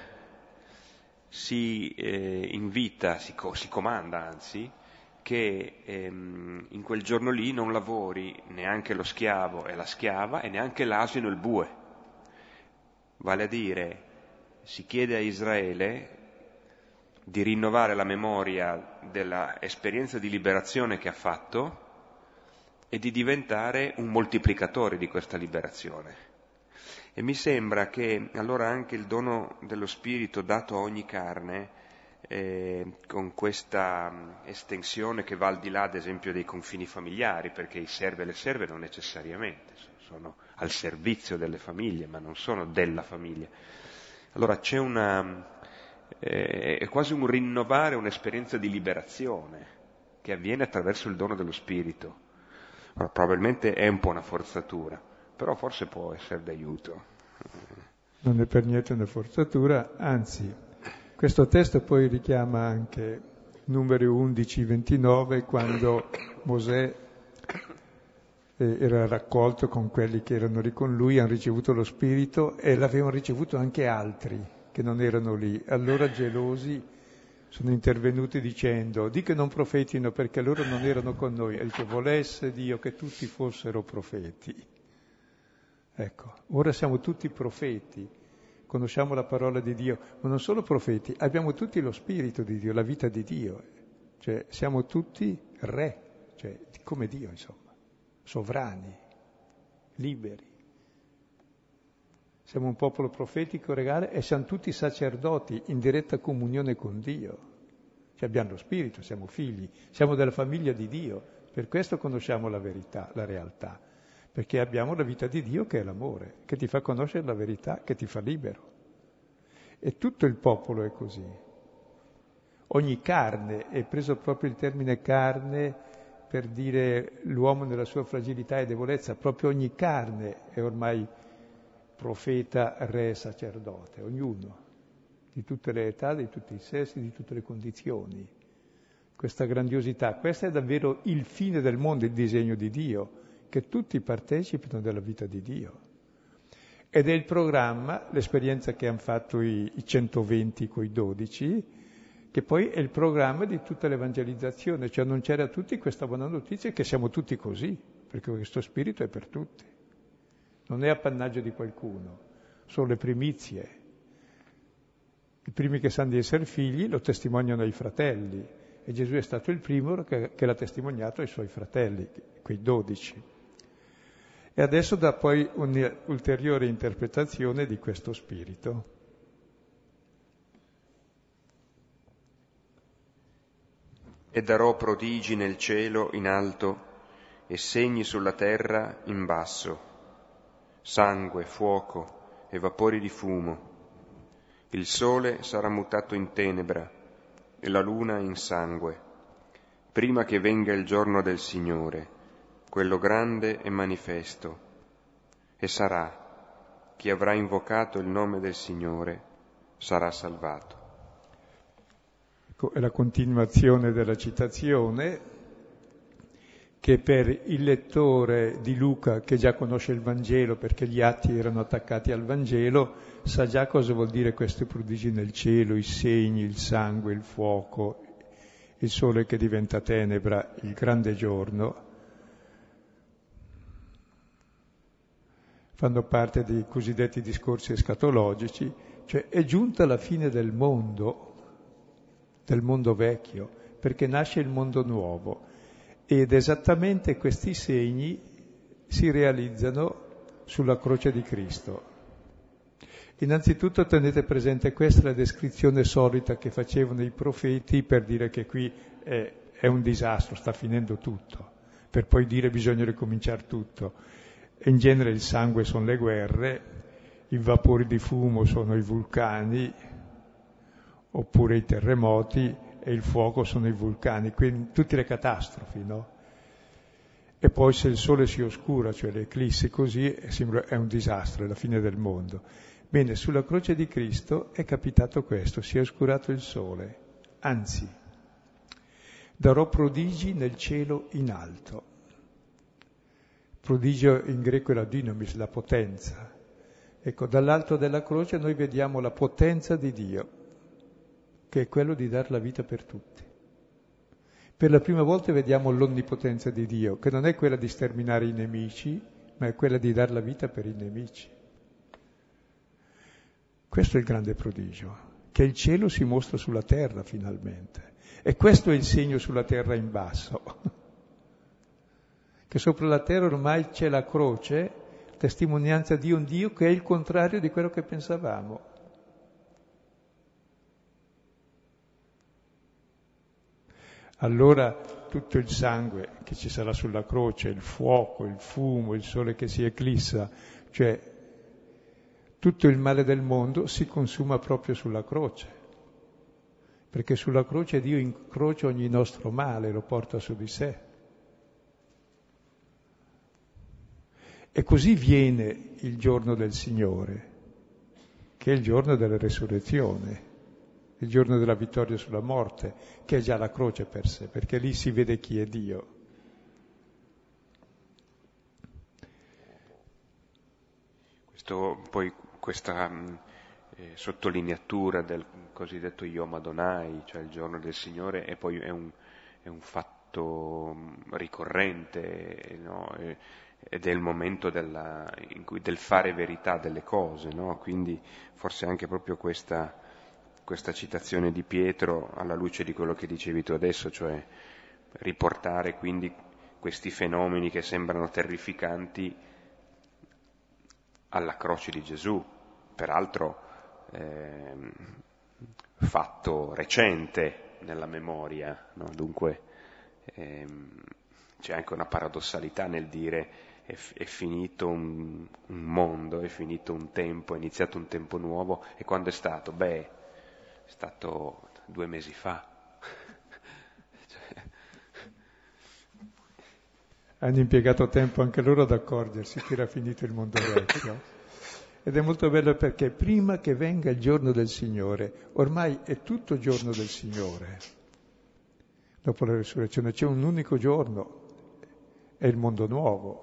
S1: si invita, si comanda anzi, che in quel giorno lì non lavori neanche lo schiavo e la schiava e neanche l'asino e il bue. Vale a dire, si chiede a Israele di rinnovare la memoria della esperienza di liberazione che ha fatto e di diventare un moltiplicatore di questa liberazione. E mi sembra che allora anche il dono dello Spirito dato a ogni carne, con questa estensione che va al di là, ad esempio, dei confini familiari, perché i servi e le serve non necessariamente sono al servizio delle famiglie, ma non sono della famiglia. Allora c'è è quasi un rinnovare un'esperienza di liberazione che avviene attraverso il dono dello Spirito. Ora, probabilmente è un po' una forzatura, però forse può essere d'aiuto.
S2: Non è per niente una forzatura, anzi, questo testo poi richiama anche Numeri 11-29, quando Mosè era raccolto con quelli che erano lì con lui, hanno ricevuto lo Spirito e l'avevano ricevuto anche altri che non erano lì. Allora gelosi sono intervenuti dicendo: di che non profetino perché loro non erano con noi. E dice: volesse Dio che tutti fossero profeti. Ecco, ora siamo tutti profeti, conosciamo la parola di Dio, ma non solo profeti, abbiamo tutti lo Spirito di Dio, la vita di Dio, cioè siamo tutti re, cioè come Dio insomma, sovrani, liberi. Siamo un popolo profetico, regale, e siamo tutti sacerdoti in diretta comunione con Dio. Cioè abbiamo lo Spirito, siamo figli, siamo della famiglia di Dio, per questo conosciamo la verità, la realtà. Perché abbiamo la vita di Dio che è l'amore, che ti fa conoscere la verità, che ti fa libero. E tutto il popolo è così. Ogni carne, è preso proprio il termine carne per dire l'uomo nella sua fragilità e debolezza, proprio ogni carne è ormai profeta, re, sacerdote, ognuno, di tutte le età, di tutti i sessi, di tutte le condizioni. Questa grandiosità, questo è davvero il fine del mondo, il disegno di Dio, che tutti partecipino della vita di Dio. Ed è il programma, l'esperienza che hanno fatto i 120 coi 12, che poi è il programma di tutta l'evangelizzazione, cioè annunciare a tutti questa buona notizia che siamo tutti così, perché questo spirito è per tutti. Non è appannaggio di qualcuno, sono le primizie. I primi che sanno di essere figli lo testimoniano ai fratelli, e Gesù è stato il primo che l'ha testimoniato ai suoi fratelli, quei 12. E adesso dà poi un'ulteriore interpretazione di questo spirito.
S1: E darò prodigi nel cielo in alto e segni sulla terra in basso, sangue, fuoco e vapori di fumo. Il sole sarà mutato in tenebra e la luna in sangue, prima che venga il giorno del Signore, quello grande e manifesto. E sarà, chi avrà invocato il nome del Signore sarà salvato.
S2: Ecco, è la continuazione della citazione, che per il lettore di Luca, che già conosce il Vangelo perché gli atti erano attaccati al Vangelo, sa già cosa vuol dire questi prodigi nel cielo, i segni, il sangue, il fuoco, il sole che diventa tenebra, il grande giorno. Fanno parte dei cosiddetti discorsi escatologici, cioè è giunta la fine del mondo vecchio, perché nasce il mondo nuovo. Ed esattamente questi segni si realizzano sulla croce di Cristo. Innanzitutto tenete presente, questa è la descrizione solita che facevano i profeti per dire che qui è un disastro, sta finendo tutto, per poi dire bisogna ricominciare tutto. E in genere il sangue sono le guerre, i vapori di fumo sono i vulcani, oppure i terremoti, e il fuoco sono i vulcani, quindi tutte le catastrofi, no? E poi se il sole si oscura, cioè le eclissi così, è un disastro, è la fine del mondo. Bene, sulla croce di Cristo è capitato questo, si è oscurato il sole, anzi, darò prodigi nel cielo in alto. Prodigio in greco è la dynamis, la potenza. Ecco, dall'alto della croce noi vediamo la potenza di Dio, che è quello di dar la vita per tutti. Per la prima volta vediamo l'onnipotenza di Dio, che non è quella di sterminare i nemici, ma è quella di dar la vita per i nemici. Questo è il grande prodigio, che il cielo si mostra sulla terra finalmente. E questo è il segno sulla terra in basso, che sopra la terra ormai c'è la croce, testimonianza di un Dio che è il contrario di quello che pensavamo. Allora tutto il sangue che ci sarà sulla croce, il fuoco, il fumo, il sole che si eclissa, cioè tutto il male del mondo si consuma proprio sulla croce, perché sulla croce Dio incrocia ogni nostro male, lo porta su di sé. E così viene il giorno del Signore, che è il giorno della resurrezione, il giorno della vittoria sulla morte, che è già la croce per sé, perché lì si vede chi è Dio.
S1: Questa sottolineatura del cosiddetto Yom Adonai, cioè il giorno del Signore, e poi è un fatto ricorrente, no? Ed è il momento del fare verità delle cose, no? Quindi forse anche proprio questa citazione di Pietro, alla luce di quello che dicevi tu adesso, cioè riportare quindi questi fenomeni che sembrano terrificanti alla croce di Gesù, peraltro fatto recente nella memoria, no? Dunque c'è anche una paradossalità nel dire è finito un mondo, è finito un tempo, è iniziato un tempo nuovo. E quando è stato? È stato 2 mesi fa.
S2: Hanno impiegato tempo anche loro ad accorgersi che era finito il mondo vecchio. Ed è molto bello perché prima che venga il giorno del Signore, ormai è tutto giorno del Signore. Dopo la risurrezione c'è un unico giorno, è il mondo nuovo,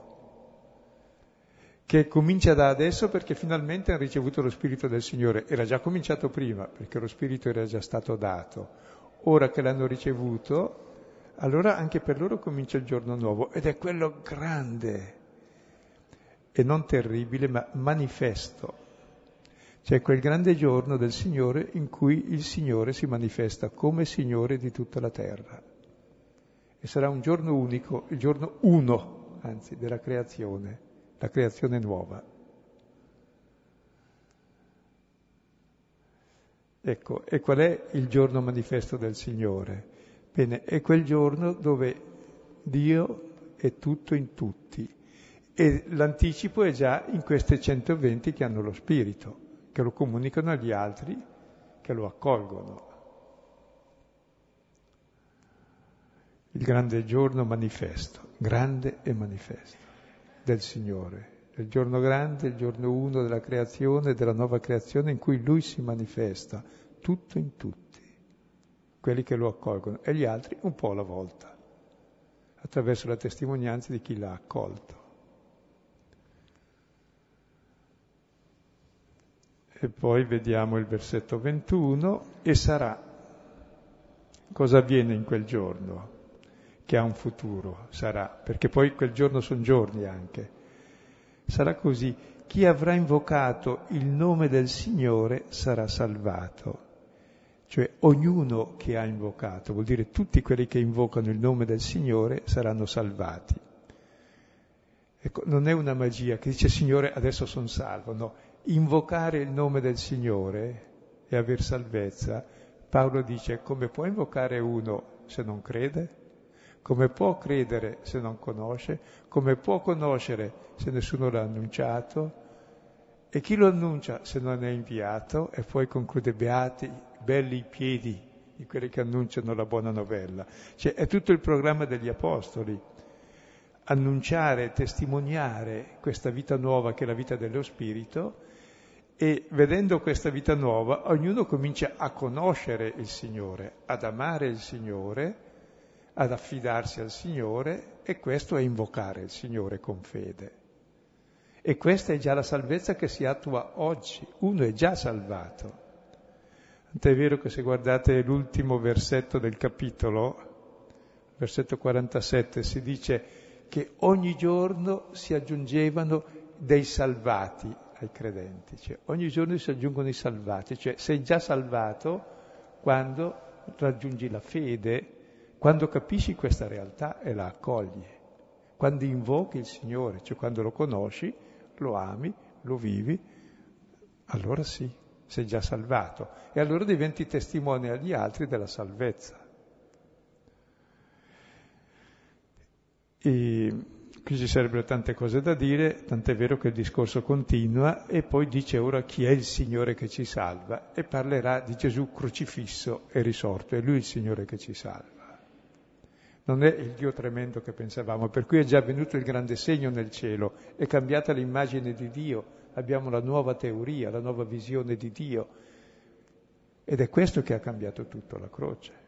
S2: che comincia da adesso perché finalmente hanno ricevuto lo Spirito del Signore. Era già cominciato prima, perché lo Spirito era già stato dato. Ora che l'hanno ricevuto, allora anche per loro comincia il giorno nuovo, ed è quello grande, e non terribile, ma manifesto. C'è quel grande giorno del Signore in cui il Signore si manifesta come Signore di tutta la terra. E sarà un giorno unico, il giorno uno, anzi, della creazione, la creazione nuova. Ecco, e qual è il giorno manifesto del Signore? Bene, è quel giorno dove Dio è tutto in tutti. E l'anticipo è già in queste 120 che hanno lo Spirito, che lo comunicano agli altri, che lo accolgono. Il grande giorno manifesto, grande e manifesto del Signore. Il giorno grande, il giorno uno della creazione, della nuova creazione in cui Lui si manifesta, tutto in tutti, quelli che lo accolgono, e gli altri un po' alla volta, attraverso la testimonianza di chi l'ha accolto. E poi vediamo il versetto 21, e sarà. Cosa avviene in quel giorno? Che ha un futuro, sarà, perché poi quel giorno sono giorni anche. Sarà così, chi avrà invocato il nome del Signore sarà salvato. Cioè ognuno che ha invocato, vuol dire tutti quelli che invocano il nome del Signore saranno salvati. Ecco, non è una magia che dice Signore adesso sono salvo, no. Invocare il nome del Signore e aver salvezza, Paolo dice come può invocare uno se non crede? Come può credere se non conosce? Come può conoscere se nessuno l'ha annunciato? E chi lo annuncia se non è inviato? E poi conclude beati, belli i piedi di quelli che annunciano la buona novella. Cioè è tutto il programma degli apostoli. Annunciare, testimoniare questa vita nuova che è la vita dello Spirito, e vedendo questa vita nuova ognuno comincia a conoscere il Signore, ad amare il Signore, ad affidarsi al Signore, e questo è invocare il Signore con fede. E questa è già la salvezza che si attua oggi, uno è già salvato. Tant'è vero che se guardate l'ultimo versetto del capitolo, versetto 47, si dice che ogni giorno si aggiungevano dei salvati ai credenti, cioè ogni giorno si aggiungono i salvati, cioè sei già salvato quando raggiungi la fede, quando capisci questa realtà e la accogli, quando invochi il Signore, cioè quando lo conosci, lo ami, lo vivi, allora sì, sei già salvato e allora diventi testimone agli altri della salvezza. E qui ci sarebbero tante cose da dire, tant'è vero che il discorso continua e poi dice ora chi è il Signore che ci salva e parlerà di Gesù crocifisso e risorto, è Lui il Signore che ci salva. Non è il Dio tremendo che pensavamo, per cui è già venuto il grande segno nel cielo, è cambiata l'immagine di Dio, abbiamo la nuova teoria, la nuova visione di Dio ed è questo che ha cambiato tutto, la croce.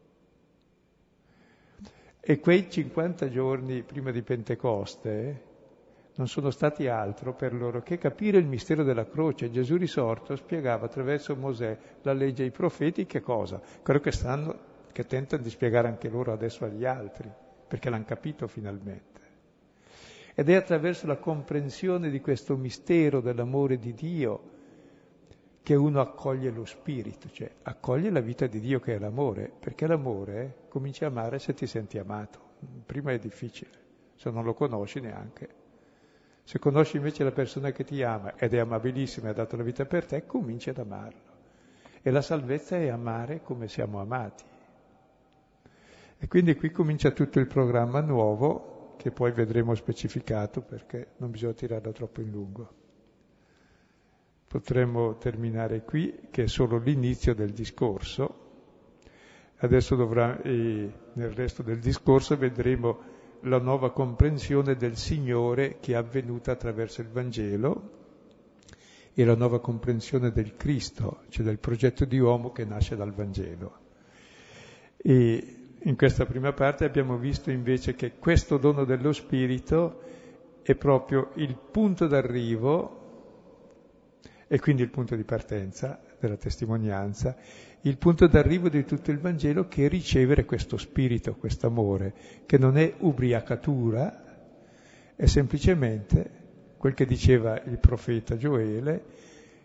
S2: E quei 50 giorni prima di Pentecoste non sono stati altro per loro che capire il mistero della croce. Gesù risorto spiegava attraverso Mosè, la legge e i profeti che cosa? Quello che tentano di spiegare anche loro adesso agli altri, perché l'hanno capito finalmente. Ed è attraverso la comprensione di questo mistero dell'amore di Dio che uno accoglie lo Spirito, cioè accoglie la vita di Dio che è l'amore, perché l'amore cominci a amare se ti senti amato. Prima è difficile, se non lo conosci neanche. Se conosci invece la persona che ti ama ed è amabilissima e ha dato la vita per te, cominci ad amarlo. E la salvezza è amare come siamo amati. E quindi qui comincia tutto il programma nuovo, che poi vedremo specificato perché non bisogna tirarlo troppo in lungo. Potremmo terminare qui, che è solo l'inizio del discorso. Adesso nel resto del discorso vedremo la nuova comprensione del Signore che è avvenuta attraverso il Vangelo e la nuova comprensione del Cristo, cioè del progetto di uomo che nasce dal Vangelo. E in questa prima parte abbiamo visto invece che questo dono dello Spirito è proprio il punto d'arrivo e quindi il punto di partenza della testimonianza, il punto d'arrivo di tutto il Vangelo che è ricevere questo spirito, questo amore, che non è ubriacatura, è semplicemente quel che diceva il profeta Gioele,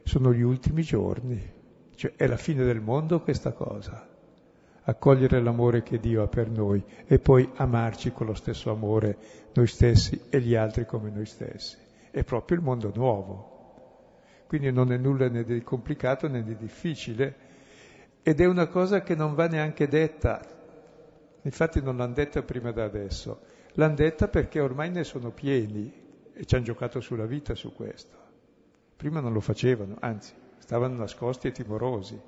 S2: sono gli ultimi giorni, cioè è la fine del mondo questa cosa. Accogliere l'amore che Dio ha per noi e poi amarci con lo stesso amore noi stessi e gli altri come noi stessi. È proprio il mondo nuovo. Quindi non è nulla né di complicato né di difficile ed è una cosa che non va neanche detta. Infatti non l'hanno detta prima da adesso. L'hanno detta perché ormai ne sono pieni e ci hanno giocato sulla vita su questo. Prima non lo facevano, anzi, stavano nascosti e timorosi.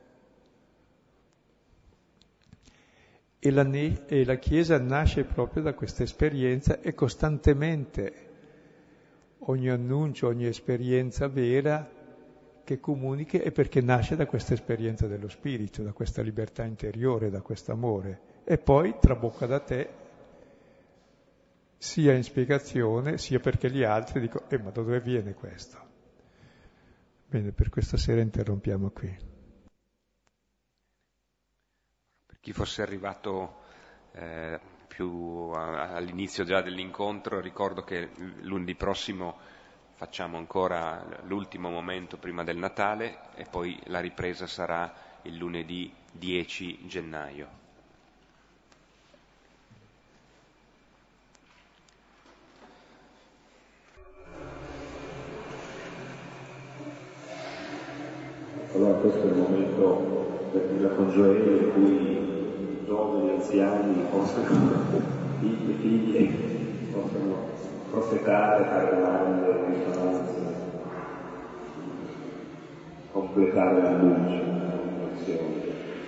S2: E la Chiesa nasce proprio da questa esperienza e costantemente ogni annuncio, ogni esperienza vera che comunichi è perché nasce da questa esperienza dello Spirito, da questa libertà interiore, da questo amore. E poi trabocca da te, sia in spiegazione, sia perché gli altri dicono, ma da dove viene questo? Bene, per questa sera interrompiamo qui.
S1: Chi fosse arrivato più all'inizio già dell'incontro, ricordo che lunedì prossimo facciamo ancora l'ultimo momento prima del Natale e poi la ripresa sarà il lunedì 10 gennaio.
S3: Allora questo è il momento per dire con Gioele in cui giovani, anziani, figli possono profetare, fare domande, risonanze, completare la luce, la riflessione.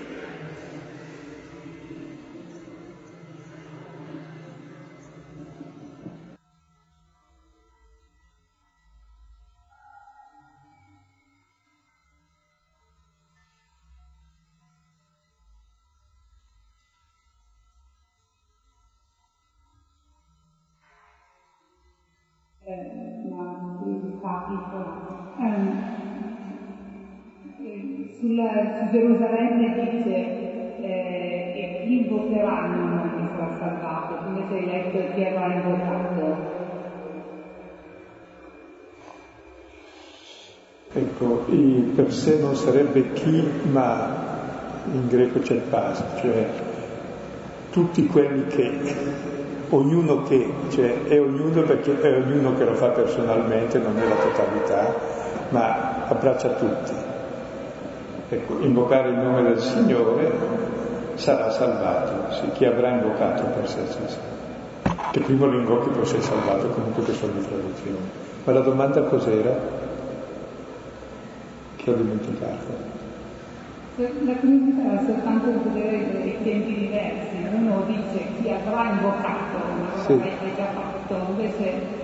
S4: Su Gerusalemme dice e chi invocheranno non sarà salvato, invece hai letto chi avrà invocato.
S2: Ecco, per sé non sarebbe chi, ma in greco c'è il pas, cioè tutti quelli che, ognuno che, cioè è ognuno perché è ognuno che lo fa personalmente, non è la totalità, ma abbraccia tutti. Ecco, invocare il nome del Signore sarà salvato, sì, chi avrà invocato per sé stesso. Che prima lo invochi poi sei salvato, comunque che sono le traduzioni. Ma la domanda cos'era? Che ho dimenticato.
S4: La curiosità era soltanto di vedere dei tempi diversi. Uno dice chi avrà invocato, una cosa
S2: sì.
S4: che hai già fatto, invece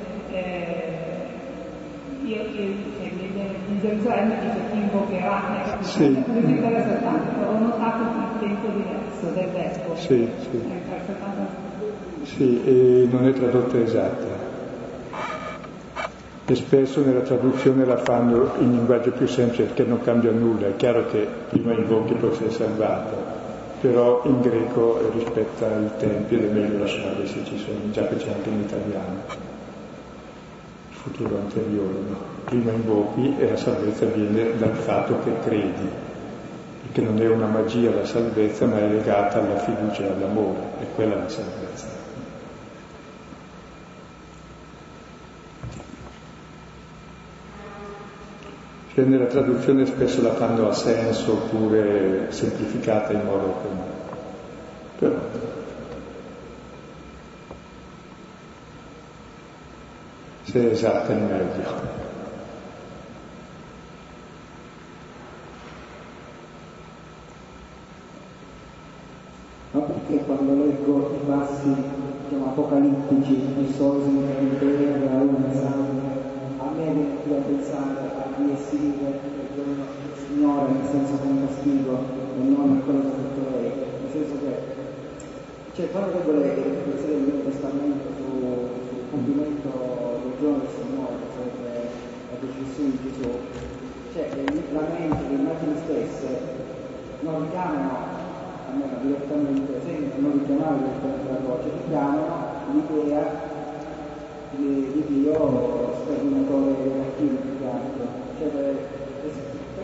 S4: in Gerusalemme dice chi invocherà,
S2: sì.
S4: La curiosità era soltanto, ho notato il tempo diverso del verbo.
S2: Sì, sì. Sì, e non è tradotta esatta. E spesso nella traduzione la fanno in linguaggio più semplice perché non cambia nulla, è chiaro che prima invochi poi sei salvato, però in greco rispetto ai tempi ed è meglio lasciare se ci sono, già che c'è anche in italiano, il futuro anteriore, no? Prima invochi e la salvezza viene dal fatto che credi, perché non è una magia la salvezza ma è legata alla fiducia e all'amore, è quella la salvezza. Nella traduzione spesso la fanno a senso oppure semplificata in modo comune. Però se è esatta è meglio.
S5: No, perché quando leggo i passi apocalittici di Sosi, Terra, Luna, Sangue, a me viene più a pensare a chi è simile del Signore nel senso con castigo e non a quello che ha detto lei, nel senso che quando leggo le riflessioni del Nuovo Testamento sul compimento del giorno del Signore, cioè la decisione di Gesù, la mente, le immagini stesse non richiamano almeno direttamente, non richiamare direttamente la voce, richiamano l'idea di Dio sterminatore della fine più che altro,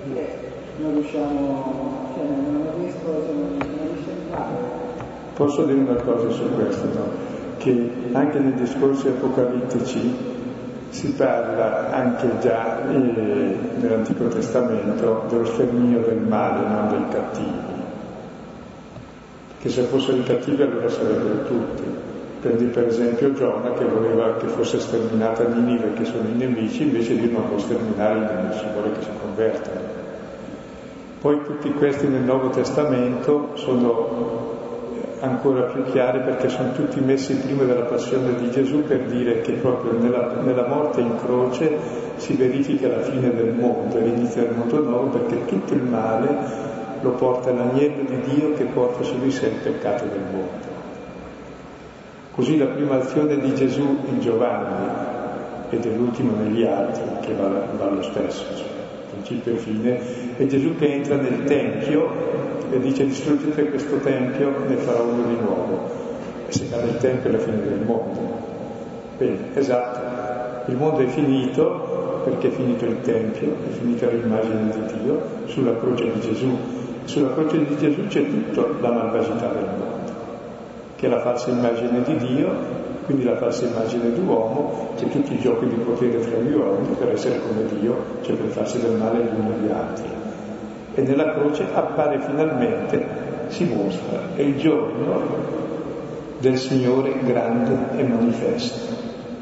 S5: non riusciamo, cioè non riesco a fare.
S2: Posso dire una cosa su questo, no? Che anche nei discorsi apocalittici si parla anche già nell'Antico Testamento dello sterminio del male, non dei cattivi. Che se fossero i cattivi allora sarebbero tutti. Prendi per esempio Giona che voleva che fosse sterminata Ninive, che sono i nemici, invece Dio non può sterminare i nemici, vuole che si convertano. Poi tutti questi nel Nuovo Testamento sono ancora più chiari perché sono tutti messi prima della passione di Gesù per dire che proprio nella morte in croce si verifica la fine del mondo, l'inizio del mondo nuovo, perché tutto il male lo porta l'agnello di Dio che porta su di sé il peccato del mondo. Così la prima azione di Gesù in Giovanni ed è l'ultima negli altri, che va lo stesso, cioè principio e fine, è Gesù che entra nel Tempio e dice distruggete questo Tempio, ne farò uno di nuovo. E se cade il Tempio è la fine del mondo. Bene, esatto, il mondo è finito perché è finito il Tempio, è finita l'immagine di Dio sulla croce di Gesù. Sulla croce di Gesù c'è tutta la malvagità del mondo, che è la falsa immagine di Dio, quindi la falsa immagine d'uomo, c'è tutti i giochi di potere tra gli uomini per essere come Dio, cioè per farsi del male gli uni agli altri. E nella croce appare finalmente, si mostra, è il giorno del Signore grande e manifesto,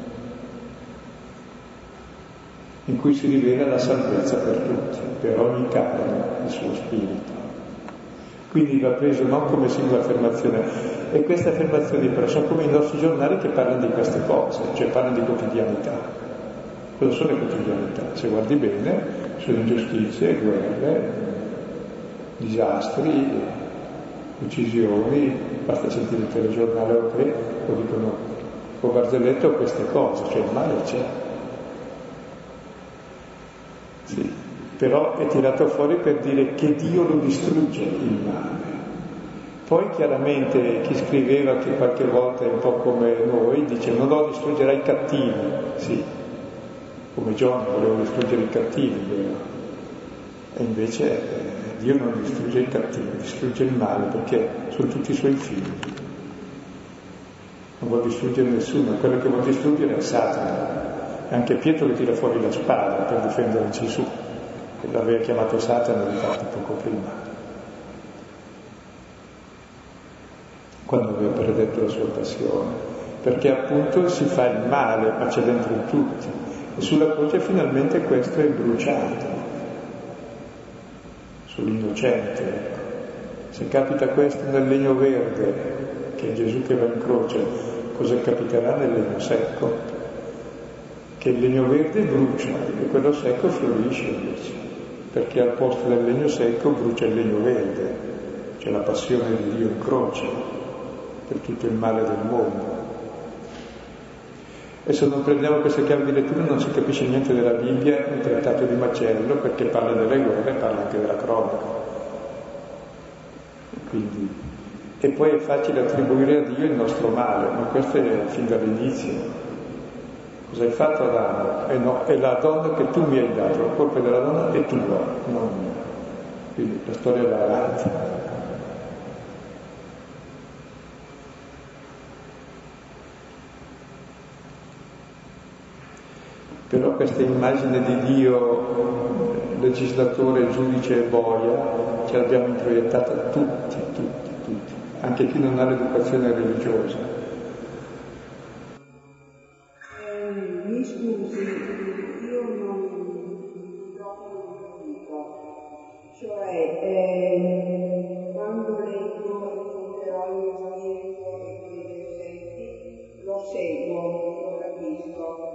S2: in cui si rivela la salvezza per tutti, per ogni carne, il suo spirito. Quindi va preso non come singola affermazione, e queste affermazioni però sono come i nostri giornali che parlano di queste cose, cioè parlano di quotidianità. Cosa sono le quotidianità? Se guardi bene, sono ingiustizie, guerre, disastri, uccisioni, basta sentire il telegiornale o tre, lo dicono o Barzelletto queste cose, cioè il male c'è. Sì. Però è tirato fuori per dire che Dio lo distrugge il male. Poi chiaramente chi scriveva, che qualche volta è un po' come noi, dice non lo distruggerà i cattivi, sì, come Giona voleva distruggere i cattivi, vero? E invece Dio non distrugge i cattivi, distrugge il male perché sono tutti i suoi figli. Non vuol distruggere nessuno, quello che vuol distruggere è Satana. E anche Pietro che tira fuori la spada per difendere Gesù. L'aveva chiamato Satana di fatto poco prima, quando aveva predetto la sua passione, perché appunto si fa il male, ma c'è dentro in tutti, e sulla croce finalmente questo è bruciato, sull'innocente. Ecco. Se capita questo nel legno verde, che è Gesù che va in croce, cosa capiterà nel legno secco? Che il legno verde brucia e quello secco fiorisce invece. Perché al posto del legno secco brucia il legno verde, cioè la passione di Dio in croce per tutto il male del mondo. E se non prendiamo queste chiavi di lettura non si capisce niente della Bibbia nel trattato di Macello, perché parla delle guerre e parla anche della cronaca. E poi è facile attribuire a Dio il nostro male, ma questo è fin dall'inizio. Cosa hai fatto Adamo? No, è la donna che tu mi hai dato, la colpa della donna è tua, non mia. Quindi la storia va avanti. Però questa immagine di Dio, legislatore, giudice e boia, ce l'abbiamo introiettata tutti, anche chi non ha l'educazione religiosa.
S4: Mi scusi, io non dico, cioè quando leggo però il mio spirito e quei versetti lo seguo, lo capisco.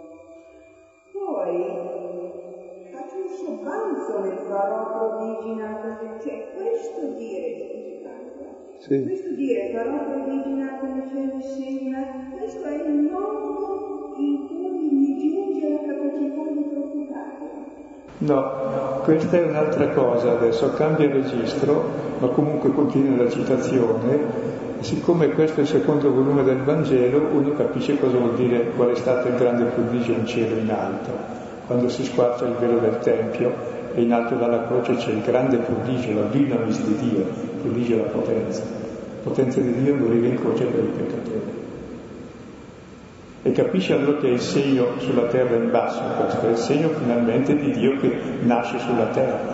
S4: Poi faccio un sobbalzo nel farò prodigina, cioè questo dire, sì. Questo dire farò prodigina come cielo segna, questo è il modo in cui mi giunge la capacità di profitare.
S2: No, questa è un'altra cosa, adesso cambia il registro, ma comunque continua la citazione. Siccome questo è il secondo volume del Vangelo, uno capisce cosa vuol dire, qual è stato il grande prodigio in cielo in alto, quando si squarcia il velo del Tempio e in alto dalla croce c'è il grande prodigio, la dunamis di Dio, il prodigio è la potenza di Dio morire in croce per i peccatori. E capisce allora che è il segno sulla terra in basso, questo è il segno finalmente di Dio che nasce sulla terra.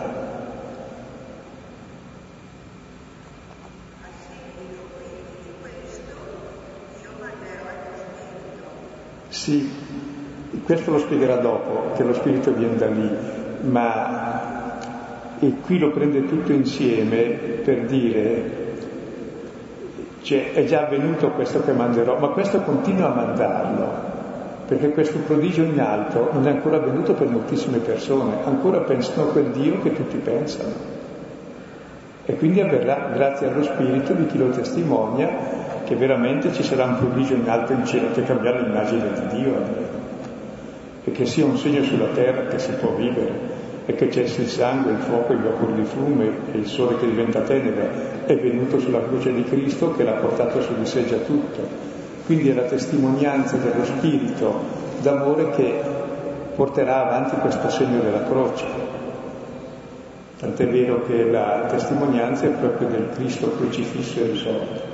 S2: Sì, questo lo spiegherà dopo, che lo Spirito viene da lì, ma e qui lo prende tutto insieme per dire, cioè è già avvenuto questo che manderò, ma questo continua a mandarlo, perché questo prodigio in alto non è ancora avvenuto per moltissime persone, ancora pensano a quel Dio che tutti pensano. E quindi avverrà grazie allo Spirito di chi lo testimonia che veramente ci sarà un prodigio in alto in cielo che cambierà l'immagine di Dio e che sia un segno sulla terra che si può vivere e che cessi il sangue, il fuoco, il vapore di fumo e il sole che diventa tenebre è venuto sulla croce di Cristo che l'ha portato su di sé già tutto. Quindi è la testimonianza dello Spirito d'amore che porterà avanti questo segno della croce. Tant'è vero che la testimonianza è proprio del Cristo crocifisso e risorto.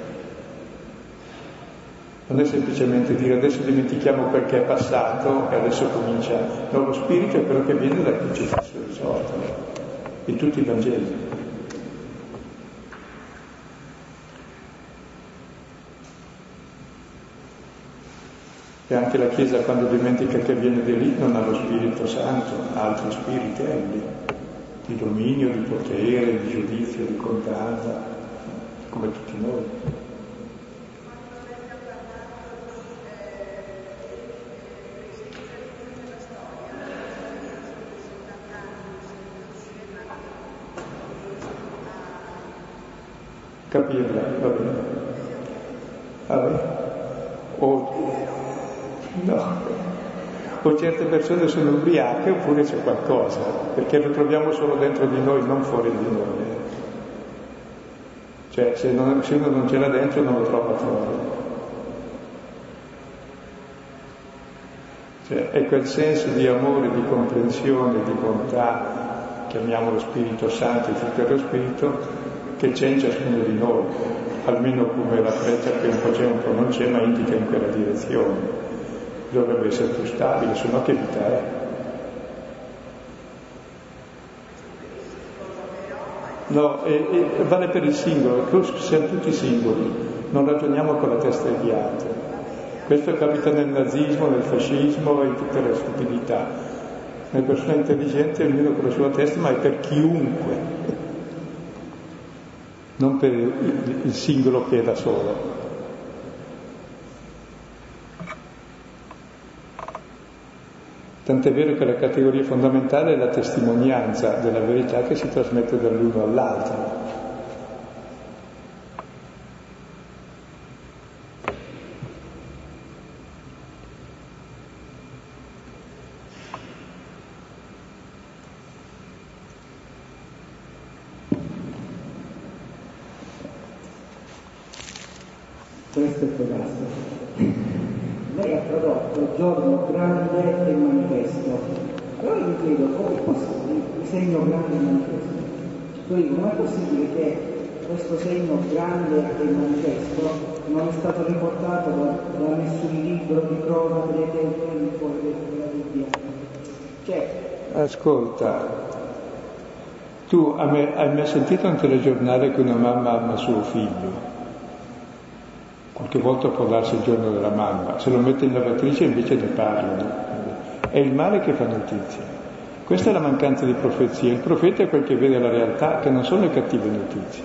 S2: Non è semplicemente dire adesso dimentichiamo quel che è passato e adesso comincia. No, lo Spirito è quello che viene dal crocifisso e risorto, in tutti i Vangeli. E anche la Chiesa quando dimentica che viene di lì non ha lo Spirito Santo, ha altri spiritelli, di dominio, di potere, di giudizio, di condanna, come tutti noi. Capirla, va bene. O certe persone sono ubriache oppure c'è qualcosa, perché lo troviamo solo dentro di noi, non fuori di noi. Cioè, se uno non ce l'ha dentro non lo trova fuori. Cioè, è quel senso di amore, di comprensione, di bontà, chiamiamolo Spirito Santo, il frutto dello Spirito, che c'è in ciascuno di noi, almeno come la freccia che un po' c'è un po' non c'è, ma indica in quella direzione. Dovrebbe essere più stabile, se no che vita è? No, e vale per il singolo, siamo tutti singoli, non ragioniamo con la testa degli altri. Questo capita nel nazismo, nel fascismo e in tutte le stupidità. Nelle persone intelligenti ognuno con la sua testa, ma è per chiunque, non per il singolo che è da solo. Tant'è vero che la categoria fondamentale è la testimonianza della verità che si trasmette dall'uno all'altro.
S5: Questo è fantastico. Lei ha tradotto giorno grande e manifesto. Allora mi chiedo come è possibile il segno grande e manifesto? Quindi com'è possibile che questo segno grande e manifesto non è stato riportato da nessun libro di cronaca dei tempi fuori della Bibbia?
S2: Ascolta, tu hai mai sentito un telegiornale che una mamma ama suo figlio? Qualche volta può darsi il giorno della mamma, se lo mette in lavatrice invece ne parlano. È il male che fa notizia. Questa è la mancanza di profezia. Il profeta è quel che vede la realtà, che non sono le cattive notizie.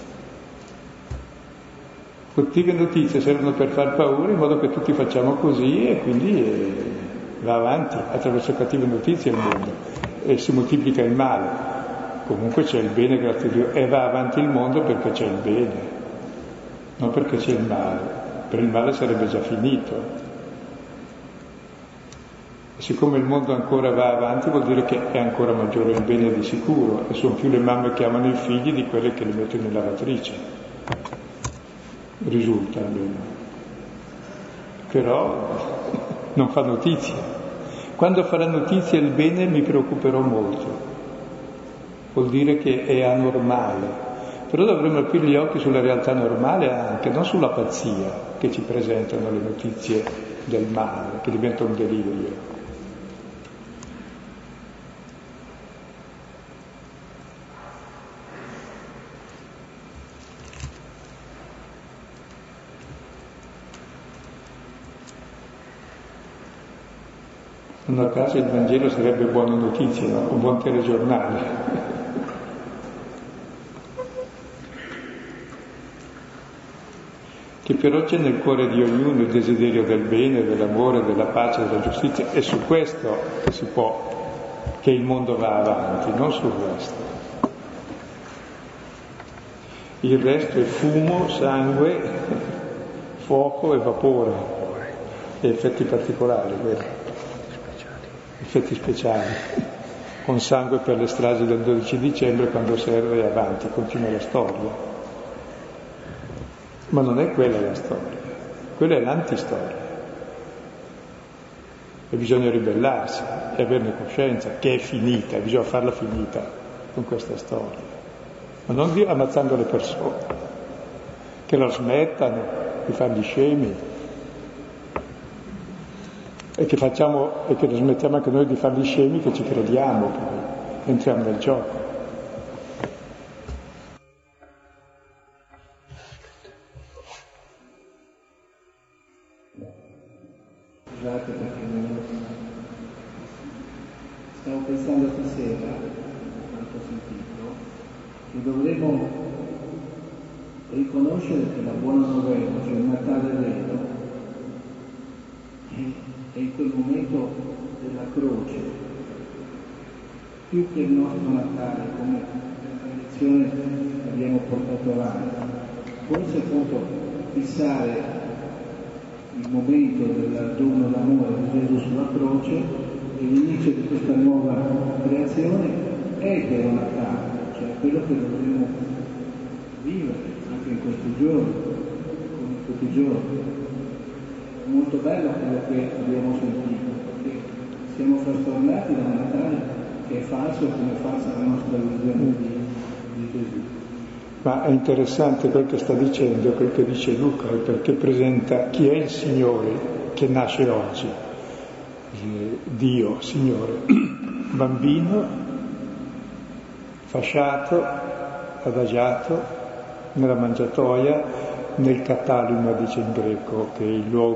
S2: Cattive notizie servono per far paura in modo che tutti facciamo così e quindi va avanti attraverso cattive notizie il mondo e si moltiplica il male. Comunque c'è il bene, grazie a Dio, e va avanti il mondo perché c'è il bene. Non perché c'è il male, per il male sarebbe già finito. E siccome il mondo ancora va avanti vuol dire che è ancora maggiore il bene di sicuro e sono più le mamme che amano i figli di quelle che li mettono in lavatrice. Risulta almeno. Però non fa notizia. Quando farà notizia il bene mi preoccuperò molto. vuol dire che è anormale. Però dovremmo aprire gli occhi sulla realtà normale anche, non sulla pazzia che ci presentano le notizie del male, che diventa un delirio. Non a caso il Vangelo sarebbe buone notizie, no? Un buon telegiornale. Che però c'è nel cuore di ognuno il desiderio del bene, dell'amore, della pace, della giustizia. È su questo che si può, che il mondo va avanti, non sul resto. Il resto è fumo, sangue, fuoco e vapore, e effetti particolari, vero? Effetti speciali, con sangue per le stragi del 12 dicembre, quando serve avanti, continua la storia. Ma non è quella la storia, quella è l'antistoria. E bisogna ribellarsi e averne coscienza, che è finita, e bisogna farla finita con questa storia. Ma non ammazzando le persone, che la smettano di fare gli scemi, e che lo smettiamo anche noi di fare gli scemi, che ci crediamo, poi entriamo nel gioco.
S5: Scusate perché stavo pensando stasera, quanto ho sentito, che dovremmo riconoscere che la buona novella, cioè il Natale vero, è in quel momento della croce, più che il nostro Natale, come tradizione abbiamo portato avanti. Forse appunto fissare il momento del dono d'amore di Gesù sulla croce e l'inizio di questa nuova creazione è il vero Natale, cioè quello che dovremo vivere anche in questi giorni, come tutti i giorni. Molto bello quello che abbiamo sentito, perché siamo frastornati da un Natale che è falso e come falsa la nostra visione di Gesù.
S2: Ma è interessante quel che sta dicendo, quel che dice Luca, perché presenta chi è il Signore che nasce oggi, Dio, Signore, bambino, fasciato, adagiato, nella mangiatoia, nel catalima, dice in greco, che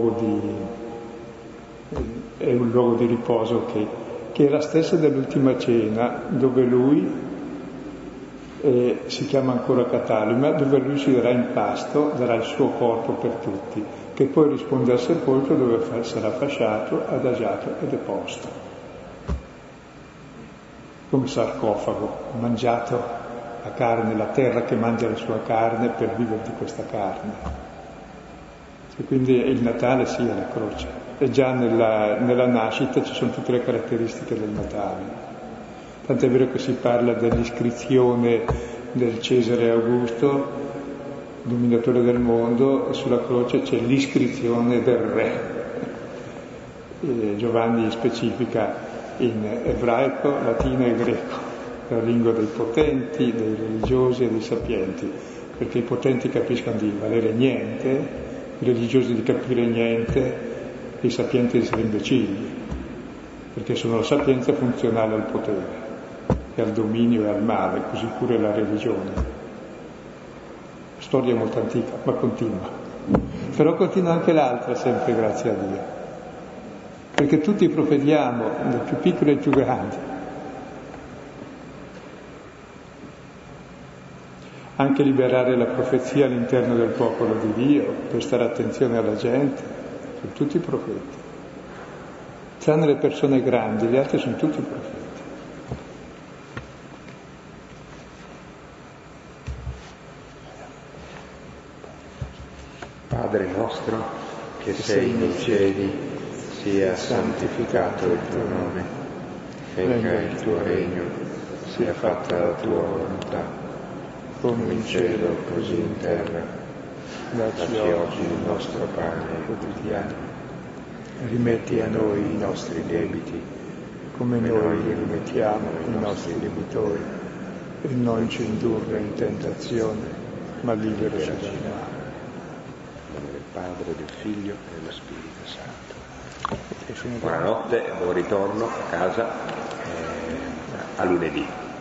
S2: è un luogo di riposo che è la stessa dell'ultima cena, dove lui si chiama ancora catalima, dove lui si darà in pasto, darà il suo corpo per tutti, che poi risponde al sepolcro dove sarà fasciato, adagiato e deposto. Come sarcofago, mangiato la carne, la terra che mangia la sua carne per vivere di questa carne. E quindi il Natale sì, è la croce. E già nella nascita ci sono tutte le caratteristiche del Natale. Tant'è vero che si parla dell'iscrizione del Cesare Augusto, dominatore del mondo, e sulla croce c'è l'iscrizione del re. E Giovanni specifica in ebraico, latino e greco, la lingua dei potenti, dei religiosi e dei sapienti, perché i potenti capiscono di valere niente, i religiosi di capire niente, e i sapienti di essere imbecilli, perché sono la sapienza funzionale al potere e al dominio e al male, così pure la religione. Storia molto antica, ma continua. Però continua anche l'altra, sempre grazie a Dio, perché tutti profetiamo, dai più piccoli ai più grandi. Anche liberare la profezia all'interno del popolo di Dio, prestare attenzione alla gente, sono tutti profeti. Tranne le persone grandi, gli altri sono tutti profeti.
S6: Padre nostro, che sei nei cieli, sia santificato il tuo nome, venga il tuo regno, sia fatta la tua volontà, come in cielo così in terra. Dacci oggi il nostro pane quotidiano. Rimetti a noi i nostri debiti, come noi rimettiamo i nostri debitori.
S2: e non ci indurre in tentazione, ma liberaci dal male.
S1: In nome del Padre, del Figlio e dello Spirito Santo. Buonanotte, buon ritorno a casa, a lunedì.